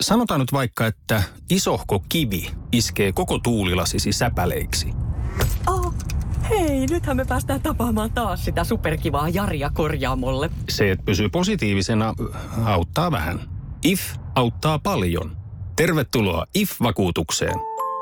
Sanotaan nyt vaikka, että isohko kivi iskee koko tuulilasisi säpäleiksi. Oh, hei, nythän me päästään tapaamaan taas sitä superkivaa Jaria korjaamolle. Se, että pysyy positiivisena, auttaa vähän. IF auttaa paljon. Tervetuloa IF-vakuutukseen.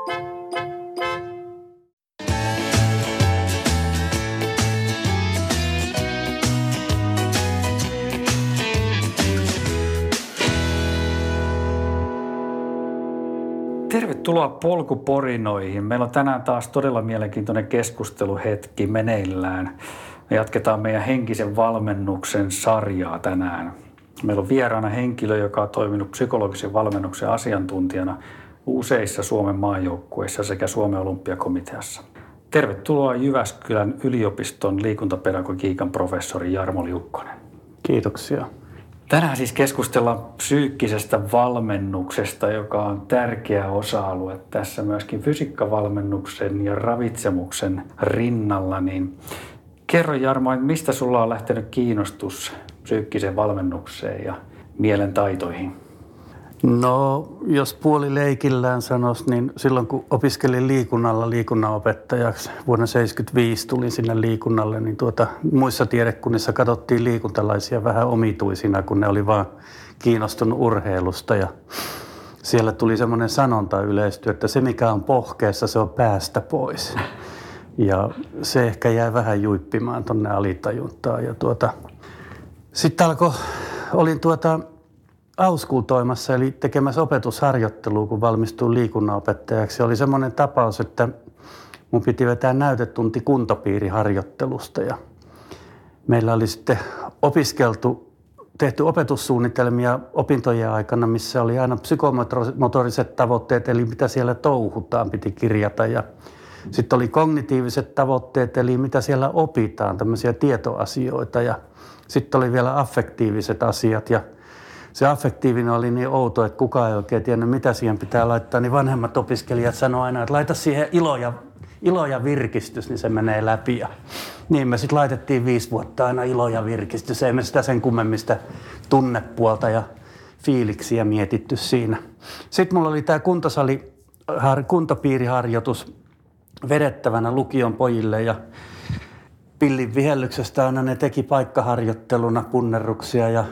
Tervetuloa polkuporinoihin. Meillä on tänään taas todella mielenkiintoinen keskusteluhetki meneillään. Me jatketaan meidän henkisen valmennuksen sarjaa tänään. Meillä on vieraana henkilö, joka on toiminut psykologisen valmennuksen asiantuntijana useissa Suomen maajoukkueissa sekä Suomen olympiakomiteassa. Tervetuloa Jyväskylän yliopiston liikuntapedagogiikan professori Jarmo Liukkonen. Kiitoksia. Tänään siis keskustellaan psyykkisestä valmennuksesta, joka on tärkeä osa-alue tässä myöskin fysiikkavalmennuksen ja ravitsemuksen rinnalla. Niin kerro Jarmo, mistä sulla on lähtenyt kiinnostus psyykkiseen valmennukseen ja mielen taitoihin? No, jos puolileikillään sanoisi, niin silloin kun opiskelin liikunnalla liikunnanopettajaksi, vuonna 1975 tulin sinne liikunnalle, niin muissa tiedekunnissa katsottiin liikuntalaisia vähän omituisina, kun ne oli vaan kiinnostunut urheilusta. Ja siellä tuli semmoinen sanonta yleisty, että se mikä on pohkeessa, se on päästä pois. Ja se ehkä jäi vähän juippimaan tonne alitajuntaan. Ja sitten olin auskultoimassa eli tekemässä opetusharjoittelua, kun valmistuin liikunnanopettajaksi. Oli semmoinen tapaus, että mun piti vetää näytetunti kuntopiiriharjoittelusta ja meillä oli sitten tehty opetussuunnitelmia opintojen aikana, missä oli aina psykomotoriset tavoitteet, eli mitä siellä touhutaan, piti kirjata. Ja sitten oli kognitiiviset tavoitteet, eli mitä siellä opitaan, tämmöisiä tietoasioita. Ja sitten oli vielä affektiiviset asiat ja se affektiivinen oli niin outo, että kukaan ei oikein tiennyt, mitä siihen pitää laittaa. Niin vanhemmat opiskelijat sanoivat aina, että laita siihen ilo ja virkistys, niin se menee läpi. Ja niin me sitten laitettiin 5 vuotta aina ilo ja virkistys. Ei me sitä sen kummemmista tunnepuolta ja fiiliksiä mietitty siinä. Sitten mulla oli tämä kuntopiiriharjoitus vedettävänä lukion pojille ja pillin vihellyksestä aina ne teki paikkaharjoitteluna punnerruksia ja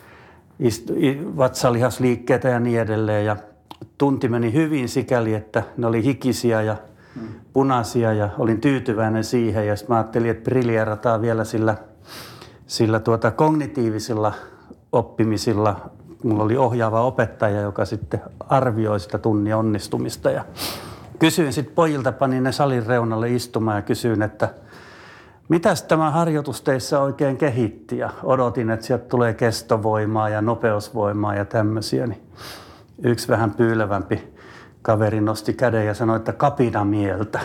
vatsalihasliikkeitä ja niin edelleen. Ja tunti meni hyvin sikäli, että ne oli hikisiä ja punaisia ja olin tyytyväinen siihen. Ja sitten mä ajattelin, että briljeerataan vielä sillä kognitiivisilla oppimisilla. Mulla oli ohjaava opettaja, joka sitten arvioi sitä tunnin onnistumista. Ja kysyin sitten pojilta, panin ne salin reunalle istumaan ja kysyin, että mitäs tämä harjoitus teissä oikein kehitti? Ja odotin, että sieltä tulee kestovoimaa ja nopeusvoimaa ja tämmöisiä. Niin yksi vähän pyylevämpi kaveri nosti käden ja sanoi, että kapinamieltä.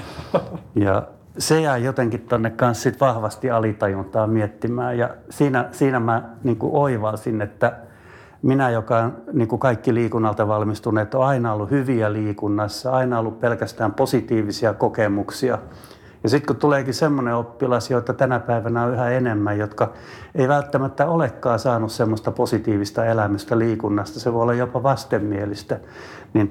Ja se jäi jotenkin tonne kanssa sit vahvasti alitajuntaan miettimään. Ja siinä mä oivalsin, että minä, joka on kaikki liikunnalta valmistuneet, on aina ollut hyviä liikunnassa, aina ollut pelkästään positiivisia kokemuksia. Ja sitten kun tuleekin semmoinen oppilas, joita tänä päivänä on yhä enemmän, jotka ei välttämättä olekaan saanut semmoista positiivista elämystä liikunnasta, se voi olla jopa vastenmielistä, niin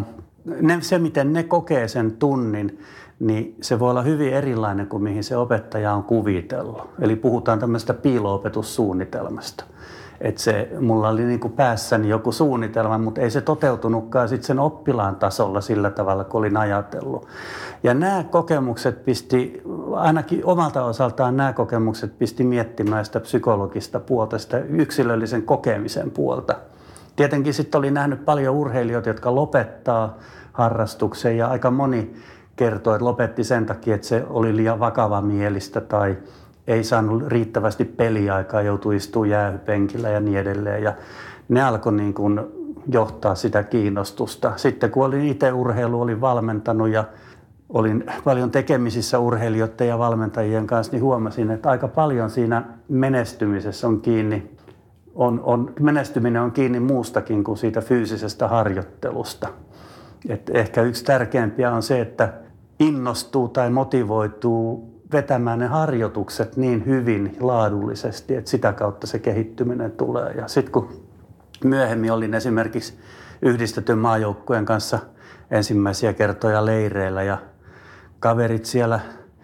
se miten ne kokee sen tunnin, niin se voi olla hyvin erilainen kuin mihin se opettaja on kuvitellut. Eli puhutaan tämmöistä piilo-opetussuunnitelmasta. Että mulla oli päässäni joku suunnitelma, mutta ei se toteutunutkaan sit sen oppilaan tasolla sillä tavalla, kuin olin ajatellut. Ja nämä kokemukset ainakin omalta osaltaan nämä kokemukset pisti miettimään sitä psykologista puolta, sitä yksilöllisen kokemisen puolta. Tietenkin sitten oli nähnyt paljon urheilijoita, jotka lopettaa harrastuksen ja aika moni kertoi, että lopetti sen takia, että se oli liian vakavamielistä tai ei saanut riittävästi peliaikaa, joutui istumaan jäähypenkillä ja niin edelleen. Ja ne alkoi johtaa sitä kiinnostusta. Sitten kun olin itse olin valmentanut ja olin paljon tekemisissä urheilijoiden ja valmentajien kanssa, niin huomasin, että aika paljon siinä menestymisessä on kiinni. Menestyminen on kiinni muustakin kuin siitä fyysisestä harjoittelusta. Et ehkä yksi tärkeimpiä on se, että innostuu tai motivoituu vetämään ne harjoitukset niin hyvin laadullisesti, että sitä kautta se kehittyminen tulee. Ja sitten kun myöhemmin olin esimerkiksi yhdistetyn maajoukkueen kanssa ensimmäisiä kertoja leireillä ja kaverit siellä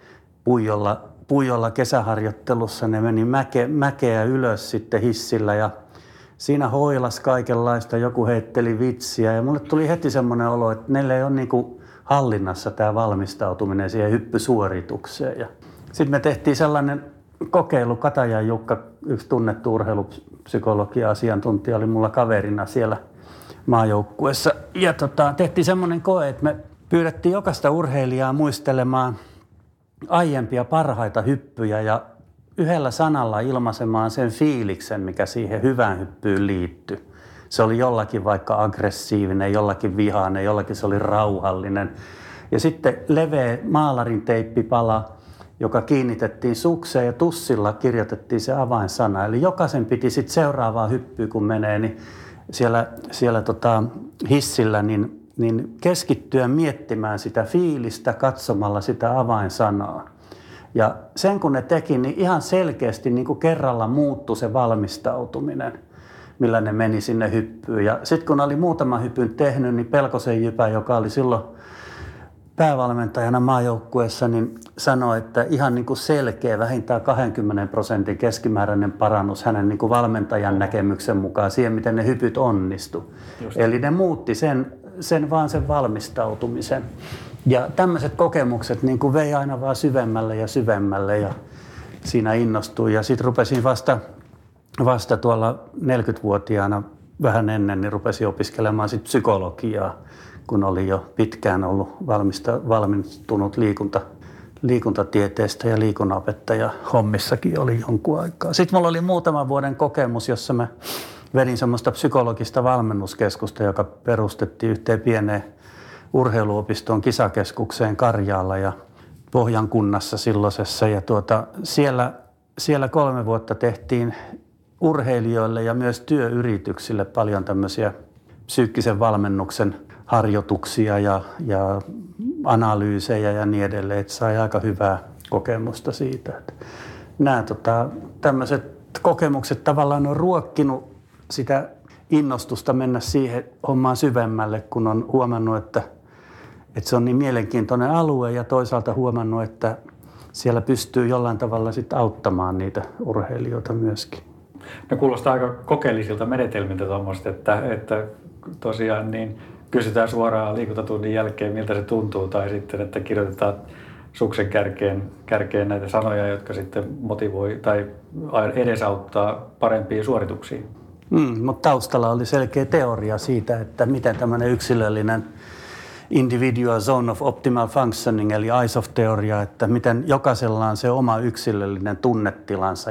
Puijolla kesäharjoittelussa, ne meni mäkeä ylös sitten hissillä ja siinä hoilas kaikenlaista, joku heitteli vitsiä ja mulle tuli heti semmoinen olo, että neillä ei ole niinku hallinnassa tämä valmistautuminen siihen hyppysuoritukseen. Ja sitten me tehtiin sellainen kokeilu, Katajan Jukka, yksi tunnettu urheilupsykologia-asiantuntija, oli mulla kaverina siellä maajoukkuessa. Ja tehtiin semmoinen koe, että me pyydettiin jokaista urheilijaa muistelemaan aiempia parhaita hyppyjä ja yhdellä sanalla ilmaisemaan sen fiiliksen, mikä siihen hyvään hyppyyn liittyy. Se oli jollakin vaikka aggressiivinen, jollakin vihainen, jollakin se oli rauhallinen. Ja sitten leveä maalarin teippipala, joka kiinnitettiin sukseen ja tussilla kirjoitettiin se avainsana. Eli jokaisen piti sitten seuraavaan hyppyyn, kun menee, niin siellä hissillä, niin keskittyä miettimään sitä fiilistä katsomalla sitä avainsanaa. Ja sen kun ne teki, niin ihan selkeästi niin kuin kerralla muuttui se valmistautuminen, millä ne meni sinne hyppyyn. Ja sitten kun oli muutaman hypyn tehnyt, niin Pelkosen Jypä, joka oli silloin päävalmentajana maajoukkueessa, niin sanoi, että ihan niin kuin selkeä, vähintään 20% keskimääräinen parannus hänen niin kuin valmentajan näkemyksen mukaan siihen, miten ne hypyt onnistu. Eli ne muutti sen valmistautumisen. Ja tämmöiset kokemukset niin kuin vei aina vaan syvemmälle ja siinä innostui. Ja sitten rupesin vasta tuolla 40-vuotiaana vähän ennen, niin rupesin opiskelemaan sit psykologiaa, kun oli jo pitkään ollut valmistunut liikuntatieteestä ja liikunnanopettaja hommissakin oli jonkun aikaa. Sitten mulla oli muutaman vuoden kokemus, jossa mä vedin semmoista psykologista valmennuskeskusta, joka perustettiin yhteen pieneen urheiluopistoon kisakeskukseen Karjaalla ja Pohjan kunnassa silloisessa. Ja siellä 3 vuotta tehtiin urheilijoille ja myös työyrityksille paljon tämmöisiä psyykkisen valmennuksen harjoituksia ja analyysejä ja niin edelleen, että sai aika hyvää kokemusta siitä. Nämä tämmöiset kokemukset tavallaan on ruokkinut sitä innostusta mennä siihen hommaan syvemmälle, kun on huomannut, että se on niin mielenkiintoinen alue ja toisaalta huomannut, että siellä pystyy jollain tavalla sitten auttamaan niitä urheilijoita myöskin. No kuulostaa aika kokeellisilta menetelmiltä tuommoista, että tosiaan niin kysytään suoraan liikuntatunnin jälkeen, miltä se tuntuu, tai sitten, että kirjoitetaan suksen kärkeen näitä sanoja, jotka sitten motivoi tai edesauttaa parempia suorituksia. Mutta taustalla oli selkeä teoria siitä, että miten tämmöinen yksilöllinen individual zone of optimal functioning, eli IZOF-teoria, että miten jokaisella on se oma yksilöllinen tunnetilansa,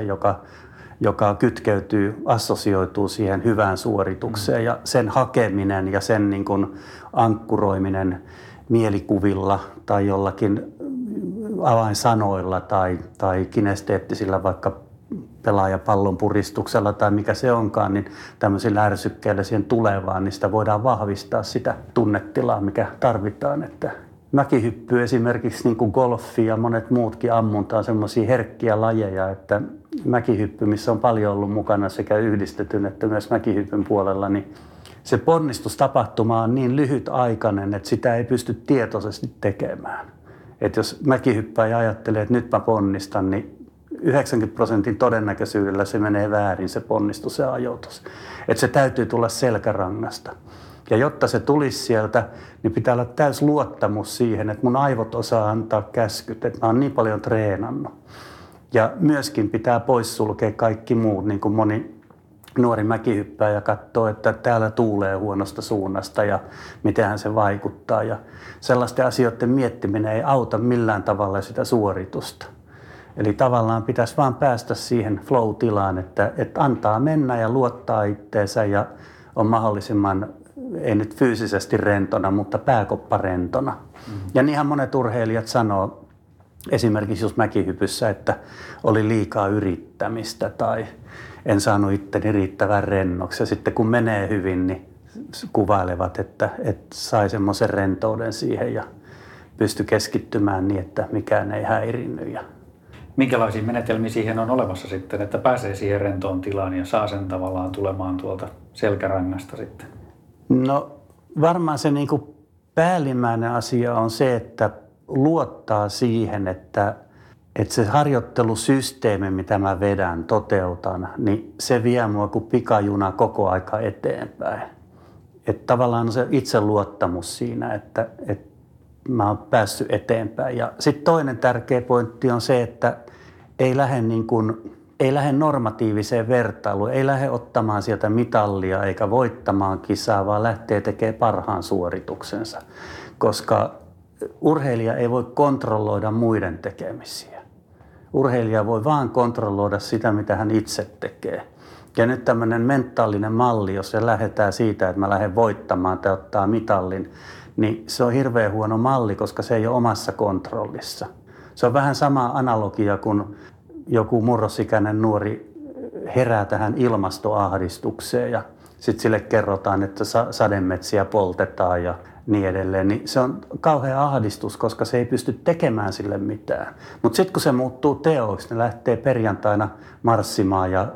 joka kytkeytyy, assosioituu siihen hyvään suoritukseen ja sen hakeminen ja sen niin kuin ankkuroiminen mielikuvilla tai jollakin avainsanoilla tai kinesteettisillä vaikka pelaajapallon puristuksella tai mikä se onkaan, niin tämmöisillä ärsykkeillä siihen tulevaan, niin sitä voidaan vahvistaa sitä tunnetilaa, mikä tarvitaan. Että mäkihyppy esimerkiksi niin kuin golfi ja monet muutkin ammunta on semmoisia herkkiä lajeja, että mäkihyppy, missä on paljon ollut mukana sekä yhdistetyn että myös mäkihypyn puolella, niin se ponnistustapahtuma on niin lyhytaikainen, että sitä ei pysty tietoisesti tekemään. Että jos mäkihyppäjä ajattelee, että nyt mä ponnistan, niin 90% todennäköisyydellä se menee väärin, se ponnistus ja ajoitus. Että se täytyy tulla selkärangasta. Ja jotta se tulisi sieltä, niin pitää olla täys luottamus siihen, että mun aivot osaa antaa käskyt, että mä oon niin paljon treenannut. Ja myöskin pitää poissulkea kaikki muut, niin kuin moni nuori mäkihyppääjä katsoo, että täällä tuulee huonosta suunnasta ja mitenhän se vaikuttaa. Ja sellaisten asioiden miettiminen ei auta millään tavalla sitä suoritusta. Eli tavallaan pitäisi vaan päästä siihen flow-tilaan, että antaa mennä ja luottaa itteensä ja on mahdollisimman, ei nyt fyysisesti rentona, mutta pääkoppa rentona. Ja niinhän monet urheilijat sanoo, esimerkiksi jos mäkihypyssä, että oli liikaa yrittämistä tai en saanut itteni riittävän rennoksi. Ja sitten kun menee hyvin, niin kuvailevat, että sai semmoisen rentouden siihen ja pystyi keskittymään niin, että mikään ei häirinnyt. Minkälaisia menetelmiä siihen on olemassa sitten, että pääsee siihen rentoon tilaan ja saa sen tavallaan tulemaan tuolta selkärangasta sitten? No varmaan se niin kuin päällimmäinen asia on se, että luottaa siihen, että se harjoittelusysteemi, mitä mä toteutan, niin se vie mua kuin pikajuna koko aika eteenpäin. Että tavallaan on se itseluottamus siinä, että mä oon päässyt eteenpäin. Ja sitten toinen tärkeä pointti on se, että ei lähde normatiiviseen vertailuun, ei lähde ottamaan sieltä mitallia eikä voittamaan kisaa, vaan lähtee tekemään parhaan suorituksensa. Koska urheilija ei voi kontrolloida muiden tekemisiä. Urheilija voi vaan kontrolloida sitä, mitä hän itse tekee. Ja nyt tämmöinen mentaalinen malli, jos se lähdetään siitä, että mä lähden voittamaan tai ottaa mitallin, niin se on hirveän huono malli, koska se ei ole omassa kontrollissa. Se on vähän sama analogia, kun joku murrosikäinen nuori herää tähän ilmastoahdistukseen ja sitten sille kerrotaan, että sademetsiä poltetaan ja niin edelleen. Niin se on kauhea ahdistus, koska se ei pysty tekemään sille mitään. Mutta sitten kun se muuttuu teoiksi, ne lähtee perjantaina marssimaan ja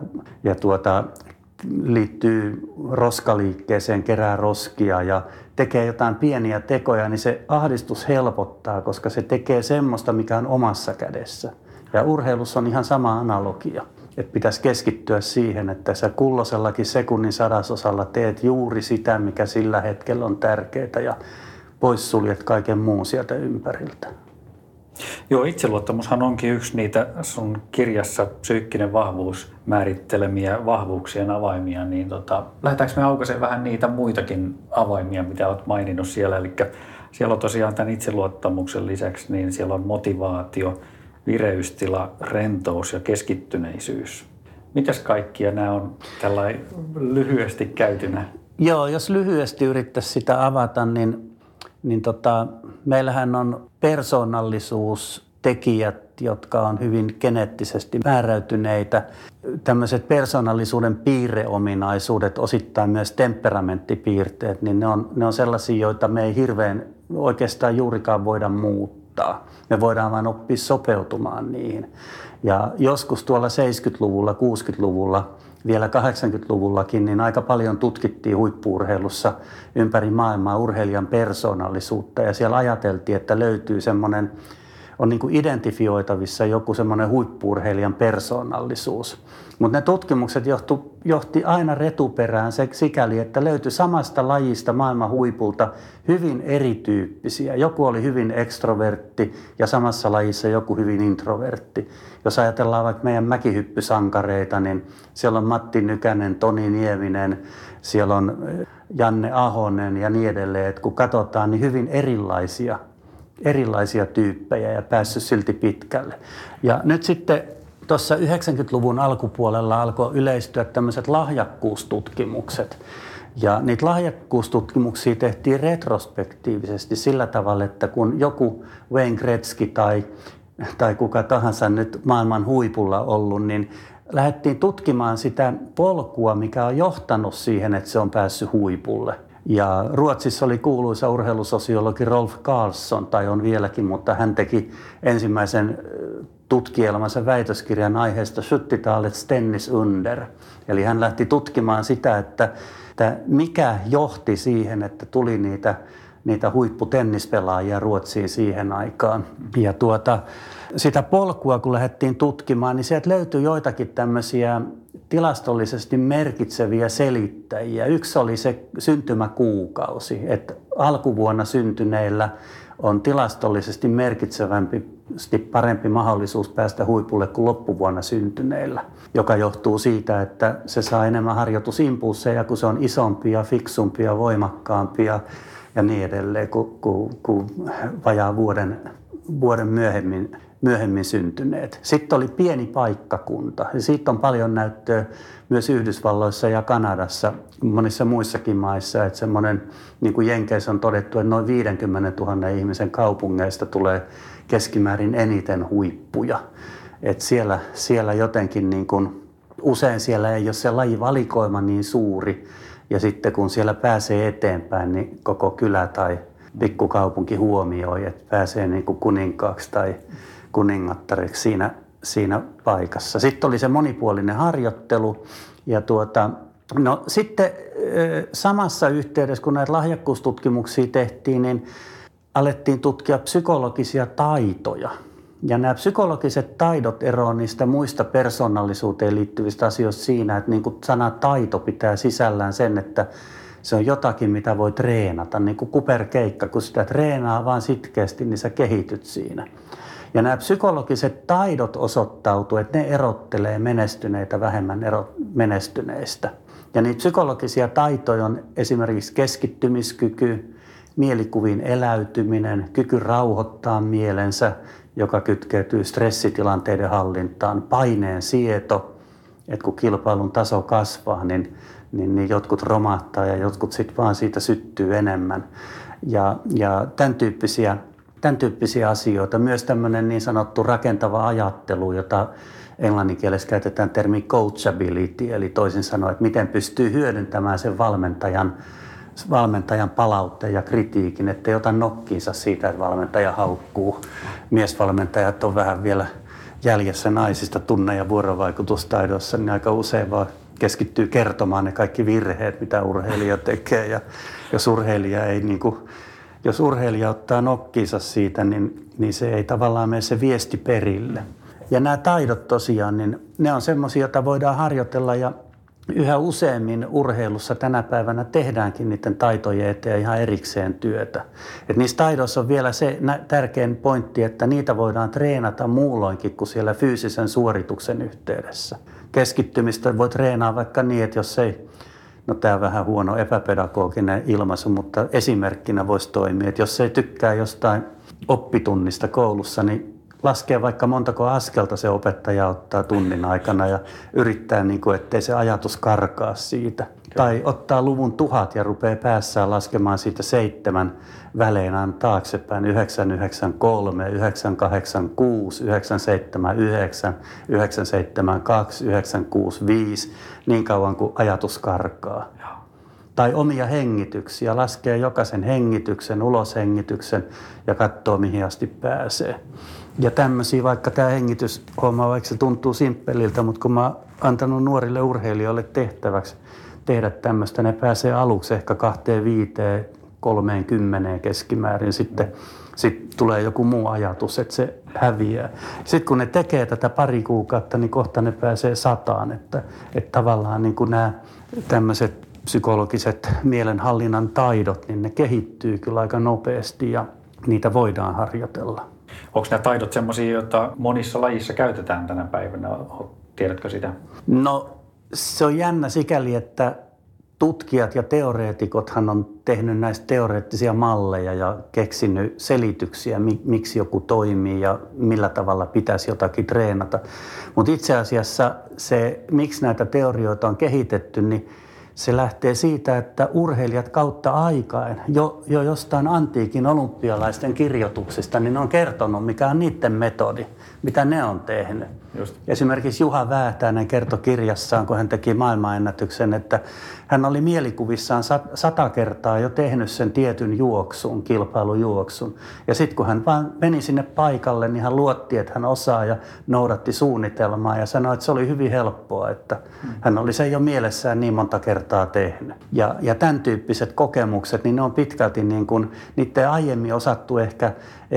liittyy roskaliikkeeseen, kerää roskia ja tekee jotain pieniä tekoja, niin se ahdistus helpottaa, koska se tekee semmoista, mikä on omassa kädessä. Ja urheilussa on ihan sama analogia, että pitäisi keskittyä siihen, että sä kulloisellakin sekunnin sadasosalla teet juuri sitä, mikä sillä hetkellä on tärkeää ja poissuljet kaiken muun sieltä ympäriltä. Joo, itseluottamushan onkin yksi niitä sun kirjassa Psyykkinen vahvuus määrittelemiä vahvuuksien avaimia, niin lähdetäänkö me aukaisemaan vähän niitä muitakin avaimia, mitä olet maininnut siellä, eli siellä on tosiaan tämän itseluottamuksen lisäksi, niin siellä on motivaatio, vireystila, rentous ja keskittyneisyys. Mitäs kaikkia nämä on tällainen lyhyesti käytynä? Joo, jos lyhyesti yrittäisi sitä avata, niin meillähän on persoonallisuustekijät, jotka on hyvin geneettisesti määräytyneitä. Tämmöiset persoonallisuuden piirreominaisuudet, osittain myös temperamenttipiirteet, niin ne on sellaisia, joita me ei hirveän oikeastaan juurikaan voida muuttaa. Me voidaan vain oppia sopeutumaan niihin. Ja joskus tuolla 70-luvulla, 60-luvulla, vielä 80-luvullakin, niin aika paljon tutkittiin huippu-urheilussa ympäri maailmaa urheilijan persoonallisuutta. Ja siellä ajateltiin, että löytyy semmoinen, on niin kuin identifioitavissa joku semmoinen huippu-urheilijan persoonallisuus. Mutta ne tutkimukset johti aina retuperään sikäli, että löytyi samasta lajista maailman huipulta hyvin erityyppisiä. Joku oli hyvin ekstrovertti ja samassa lajissa joku hyvin introvertti. Jos ajatellaan vaikka meidän mäkihyppysankareita, niin siellä on Matti Nykänen, Toni Nieminen, siellä on Janne Ahonen ja niin edelleen. Et kun katsotaan, niin hyvin erilaisia tyyppejä ja päässyt silti pitkälle. Ja nyt sitten tuossa 90-luvun alkupuolella alkoi yleistyä tämmöiset lahjakkuustutkimukset. Ja niitä lahjakkuustutkimuksia tehtiin retrospektiivisesti sillä tavalla, että kun joku Wayne Gretzky tai kuka tahansa nyt maailman huipulla ollut, niin lähdettiin tutkimaan sitä polkua, mikä on johtanut siihen, että se on päässyt huipulle. Ja Ruotsissa oli kuuluisa urheilusosiologi Rolf Karlsson, tai on vieläkin, mutta hän teki ensimmäisen tutkielmansa väitöskirjan aiheesta 70-talets tennisunder. Eli hän lähti tutkimaan sitä, että mikä johti siihen, että tuli niitä huipputennispelaajia Ruotsiin siihen aikaan. Ja sitä polkua, kun lähdettiin tutkimaan, niin sieltä löytyi joitakin tämmöisiä tilastollisesti merkitseviä selittäjiä. Yksi oli se syntymäkuukausi, että alkuvuonna syntyneillä on tilastollisesti merkitsevästi parempi mahdollisuus päästä huipulle kuin loppuvuonna syntyneillä, joka johtuu siitä, että se saa enemmän harjoitusimpulseja, kun se on isompia, fiksumpia, voimakkaampia ja niin edelleen kuin vajaa vuoden myöhemmin syntyneet. Sitten oli pieni paikkakunta ja siitä on paljon näyttöä myös Yhdysvalloissa ja Kanadassa, monissa muissakin maissa, että semmoinen, niin kuin Jenkeissä on todettu, että noin 50 000 ihmisen kaupungeista tulee keskimäärin eniten huippuja. Että siellä jotenkin niin kuin, usein siellä ei ole se lajivalikoima niin suuri ja sitten kun siellä pääsee eteenpäin, niin koko kylä tai pikkukaupunki huomioi, että pääsee niin kuin kuninkaaksi tai kuningattareksi siinä paikassa. Sitten oli se monipuolinen harjoittelu ja No sitten samassa yhteydessä, kun näitä lahjakkuustutkimuksia tehtiin, niin alettiin tutkia psykologisia taitoja. Ja nämä psykologiset taidot eroavat niistä muista persoonallisuuteen liittyvistä asioista siinä, että niin kuin sana taito pitää sisällään sen, että se on jotakin, mitä voi treenata, niin kuin kuperkeikka. Kun sitä treenaa vaan sitkeästi, niin sä kehityt siinä. Ja nämä psykologiset taidot osoittautuu, että ne erottelee menestyneitä vähemmän menestyneistä. Ja niitä psykologisia taitoja on esimerkiksi keskittymiskyky, mielikuviin eläytyminen, kyky rauhoittaa mielensä, joka kytkeytyy stressitilanteiden hallintaan, paineen sieto, että kun kilpailun taso kasvaa, niin jotkut romahtaa ja jotkut sitten vaan siitä syttyy enemmän. Ja tämän tyyppisiä asioita. Myös tämmöinen niin sanottu rakentava ajattelu, jota englanninkielessä käytetään termi coachability, eli toisin sanoen, että miten pystyy hyödyntämään sen valmentajan palautteen ja kritiikin, ettei ota nokkiinsa siitä, että valmentaja haukkuu. Miesvalmentajat on vähän vielä jäljessä naisista tunne- ja vuorovaikutustaidossa, niin aika usein vaan keskittyy kertomaan ne kaikki virheet, mitä urheilija tekee. Ja jos urheilija ottaa nokkiinsa siitä, niin se ei tavallaan mene se viesti perille. Ja nämä taidot tosiaan, niin ne on semmoisia, joita voidaan harjoitella ja yhä useammin urheilussa tänä päivänä tehdäänkin niiden taitojen eteen ihan erikseen työtä. Et niissä taidoissa on vielä se tärkein pointti, että niitä voidaan treenata muulloinkin kuin siellä fyysisen suorituksen yhteydessä. Keskittymistä voi treenaa vaikka niin, että jos ei, no tämä on vähän huono epäpedagoginen ilmaisu, mutta esimerkkinä voisi toimia, että jos ei tykkää jostain oppitunnista koulussa, niin laskee vaikka montako askelta se opettaja ottaa tunnin aikana ja yrittää, ettei se ajatus karkaa siitä. Tai ottaa luvun 1000 ja rupeaa päässään laskemaan siitä 7 välein aina taaksepäin. 993, 986, 979, 972, 965, niin kauan kuin ajatus karkaa. Tai omia hengityksiä, laskee jokaisen hengityksen, uloshengityksen ja katsoo mihin asti pääsee. Ja tämmöisiä, vaikka tämä hengityshomma, vaikka se tuntuu simppeliltä, mutta kun mä oon antanut nuorille urheilijoille tehtäväksi tehdä tämmöistä, ne pääsee aluksi ehkä 2-5-30 keskimäärin, sitten tulee joku muu ajatus, että se häviää. Sitten kun ne tekee tätä pari kuukautta, niin kohta ne pääsee 100, että tavallaan niin kuin nämä tämmöiset psykologiset mielenhallinnan taidot, niin ne kehittyy kyllä aika nopeasti ja niitä voidaan harjoitella. Onko nämä taidot semmoisia, joita monissa lajissa käytetään tänä päivänä? Tiedätkö sitä? No se on jännä sikäli, että tutkijat ja teoreetikothan on tehnyt näistä teoreettisia malleja ja keksinyt selityksiä, miksi joku toimii ja millä tavalla pitäisi jotakin treenata. Mutta itse asiassa se, miksi näitä teorioita on kehitetty, niin se lähtee siitä, että urheilijat kautta aikain, jo jostain antiikin olympialaisten kirjoituksista, niin ne on kertonut, mikä on niiden metodi, mitä ne on tehnyt. Just. Esimerkiksi Juha Väätäinen kertoi kirjassaan, kun hän teki maailmanennätyksen, että hän oli mielikuvissaan 100 kertaa jo tehnyt sen tietyn juoksun, kilpailujuoksun. Ja sitten kun hän vaan meni sinne paikalle, niin hän luotti, että hän osaa ja noudatti suunnitelmaa ja sanoi, että se oli hyvin helppoa, että hän oli sen jo mielessään niin monta kertaa tehnyt. Ja tämän tyyppiset kokemukset, niin ne on pitkälti niin kuin, niitä aiemmin osattu ehkä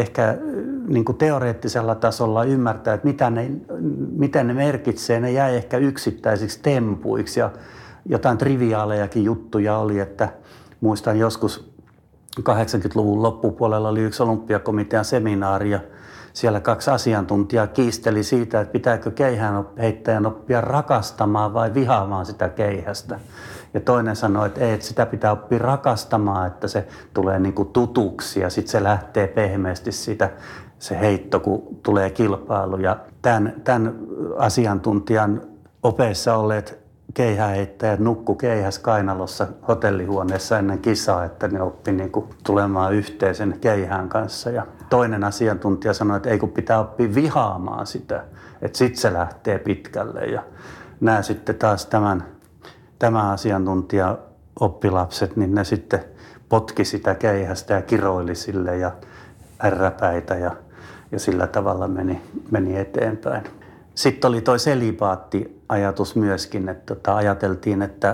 niin kuin teoreettisella tasolla ymmärtää, että mitä ne merkitsee. Ne jäi ehkä yksittäisiksi tempuiksi ja jotain triviaalejakin juttuja oli, että muistan joskus 80-luvun loppupuolella oli yksi olympiakomitean seminaari ja siellä 2 asiantuntijaa kiisteli siitä, että pitääkö keihäänheittäjän oppia rakastamaan vai vihaamaan sitä keihästä. Ja toinen sanoi, että ei, että sitä pitää oppia rakastamaan, että se tulee niin kuin tutuksi ja sitten se lähtee pehmeästi siitä se heitto, kun tulee kilpailu. Ja tämän asiantuntijan opeissa olleet keihäänheittäjät nukku keihäs kainalossa hotellihuoneessa ennen kisaa, että ne oppi niin kuin tulemaan yhteisen keihään kanssa. Ja toinen asiantuntija sanoi, että ei kun pitää oppia vihaamaan sitä, että sitten se lähtee pitkälle. Ja nämä sitten taas tämän asiantuntijan oppilapset, niin ne sitten potki sitä keihästä ja kiroili sille ja ärräpäitä ja sillä tavalla meni eteenpäin. Sitten oli toi selibaatti-ajatus myöskin, että ajateltiin, että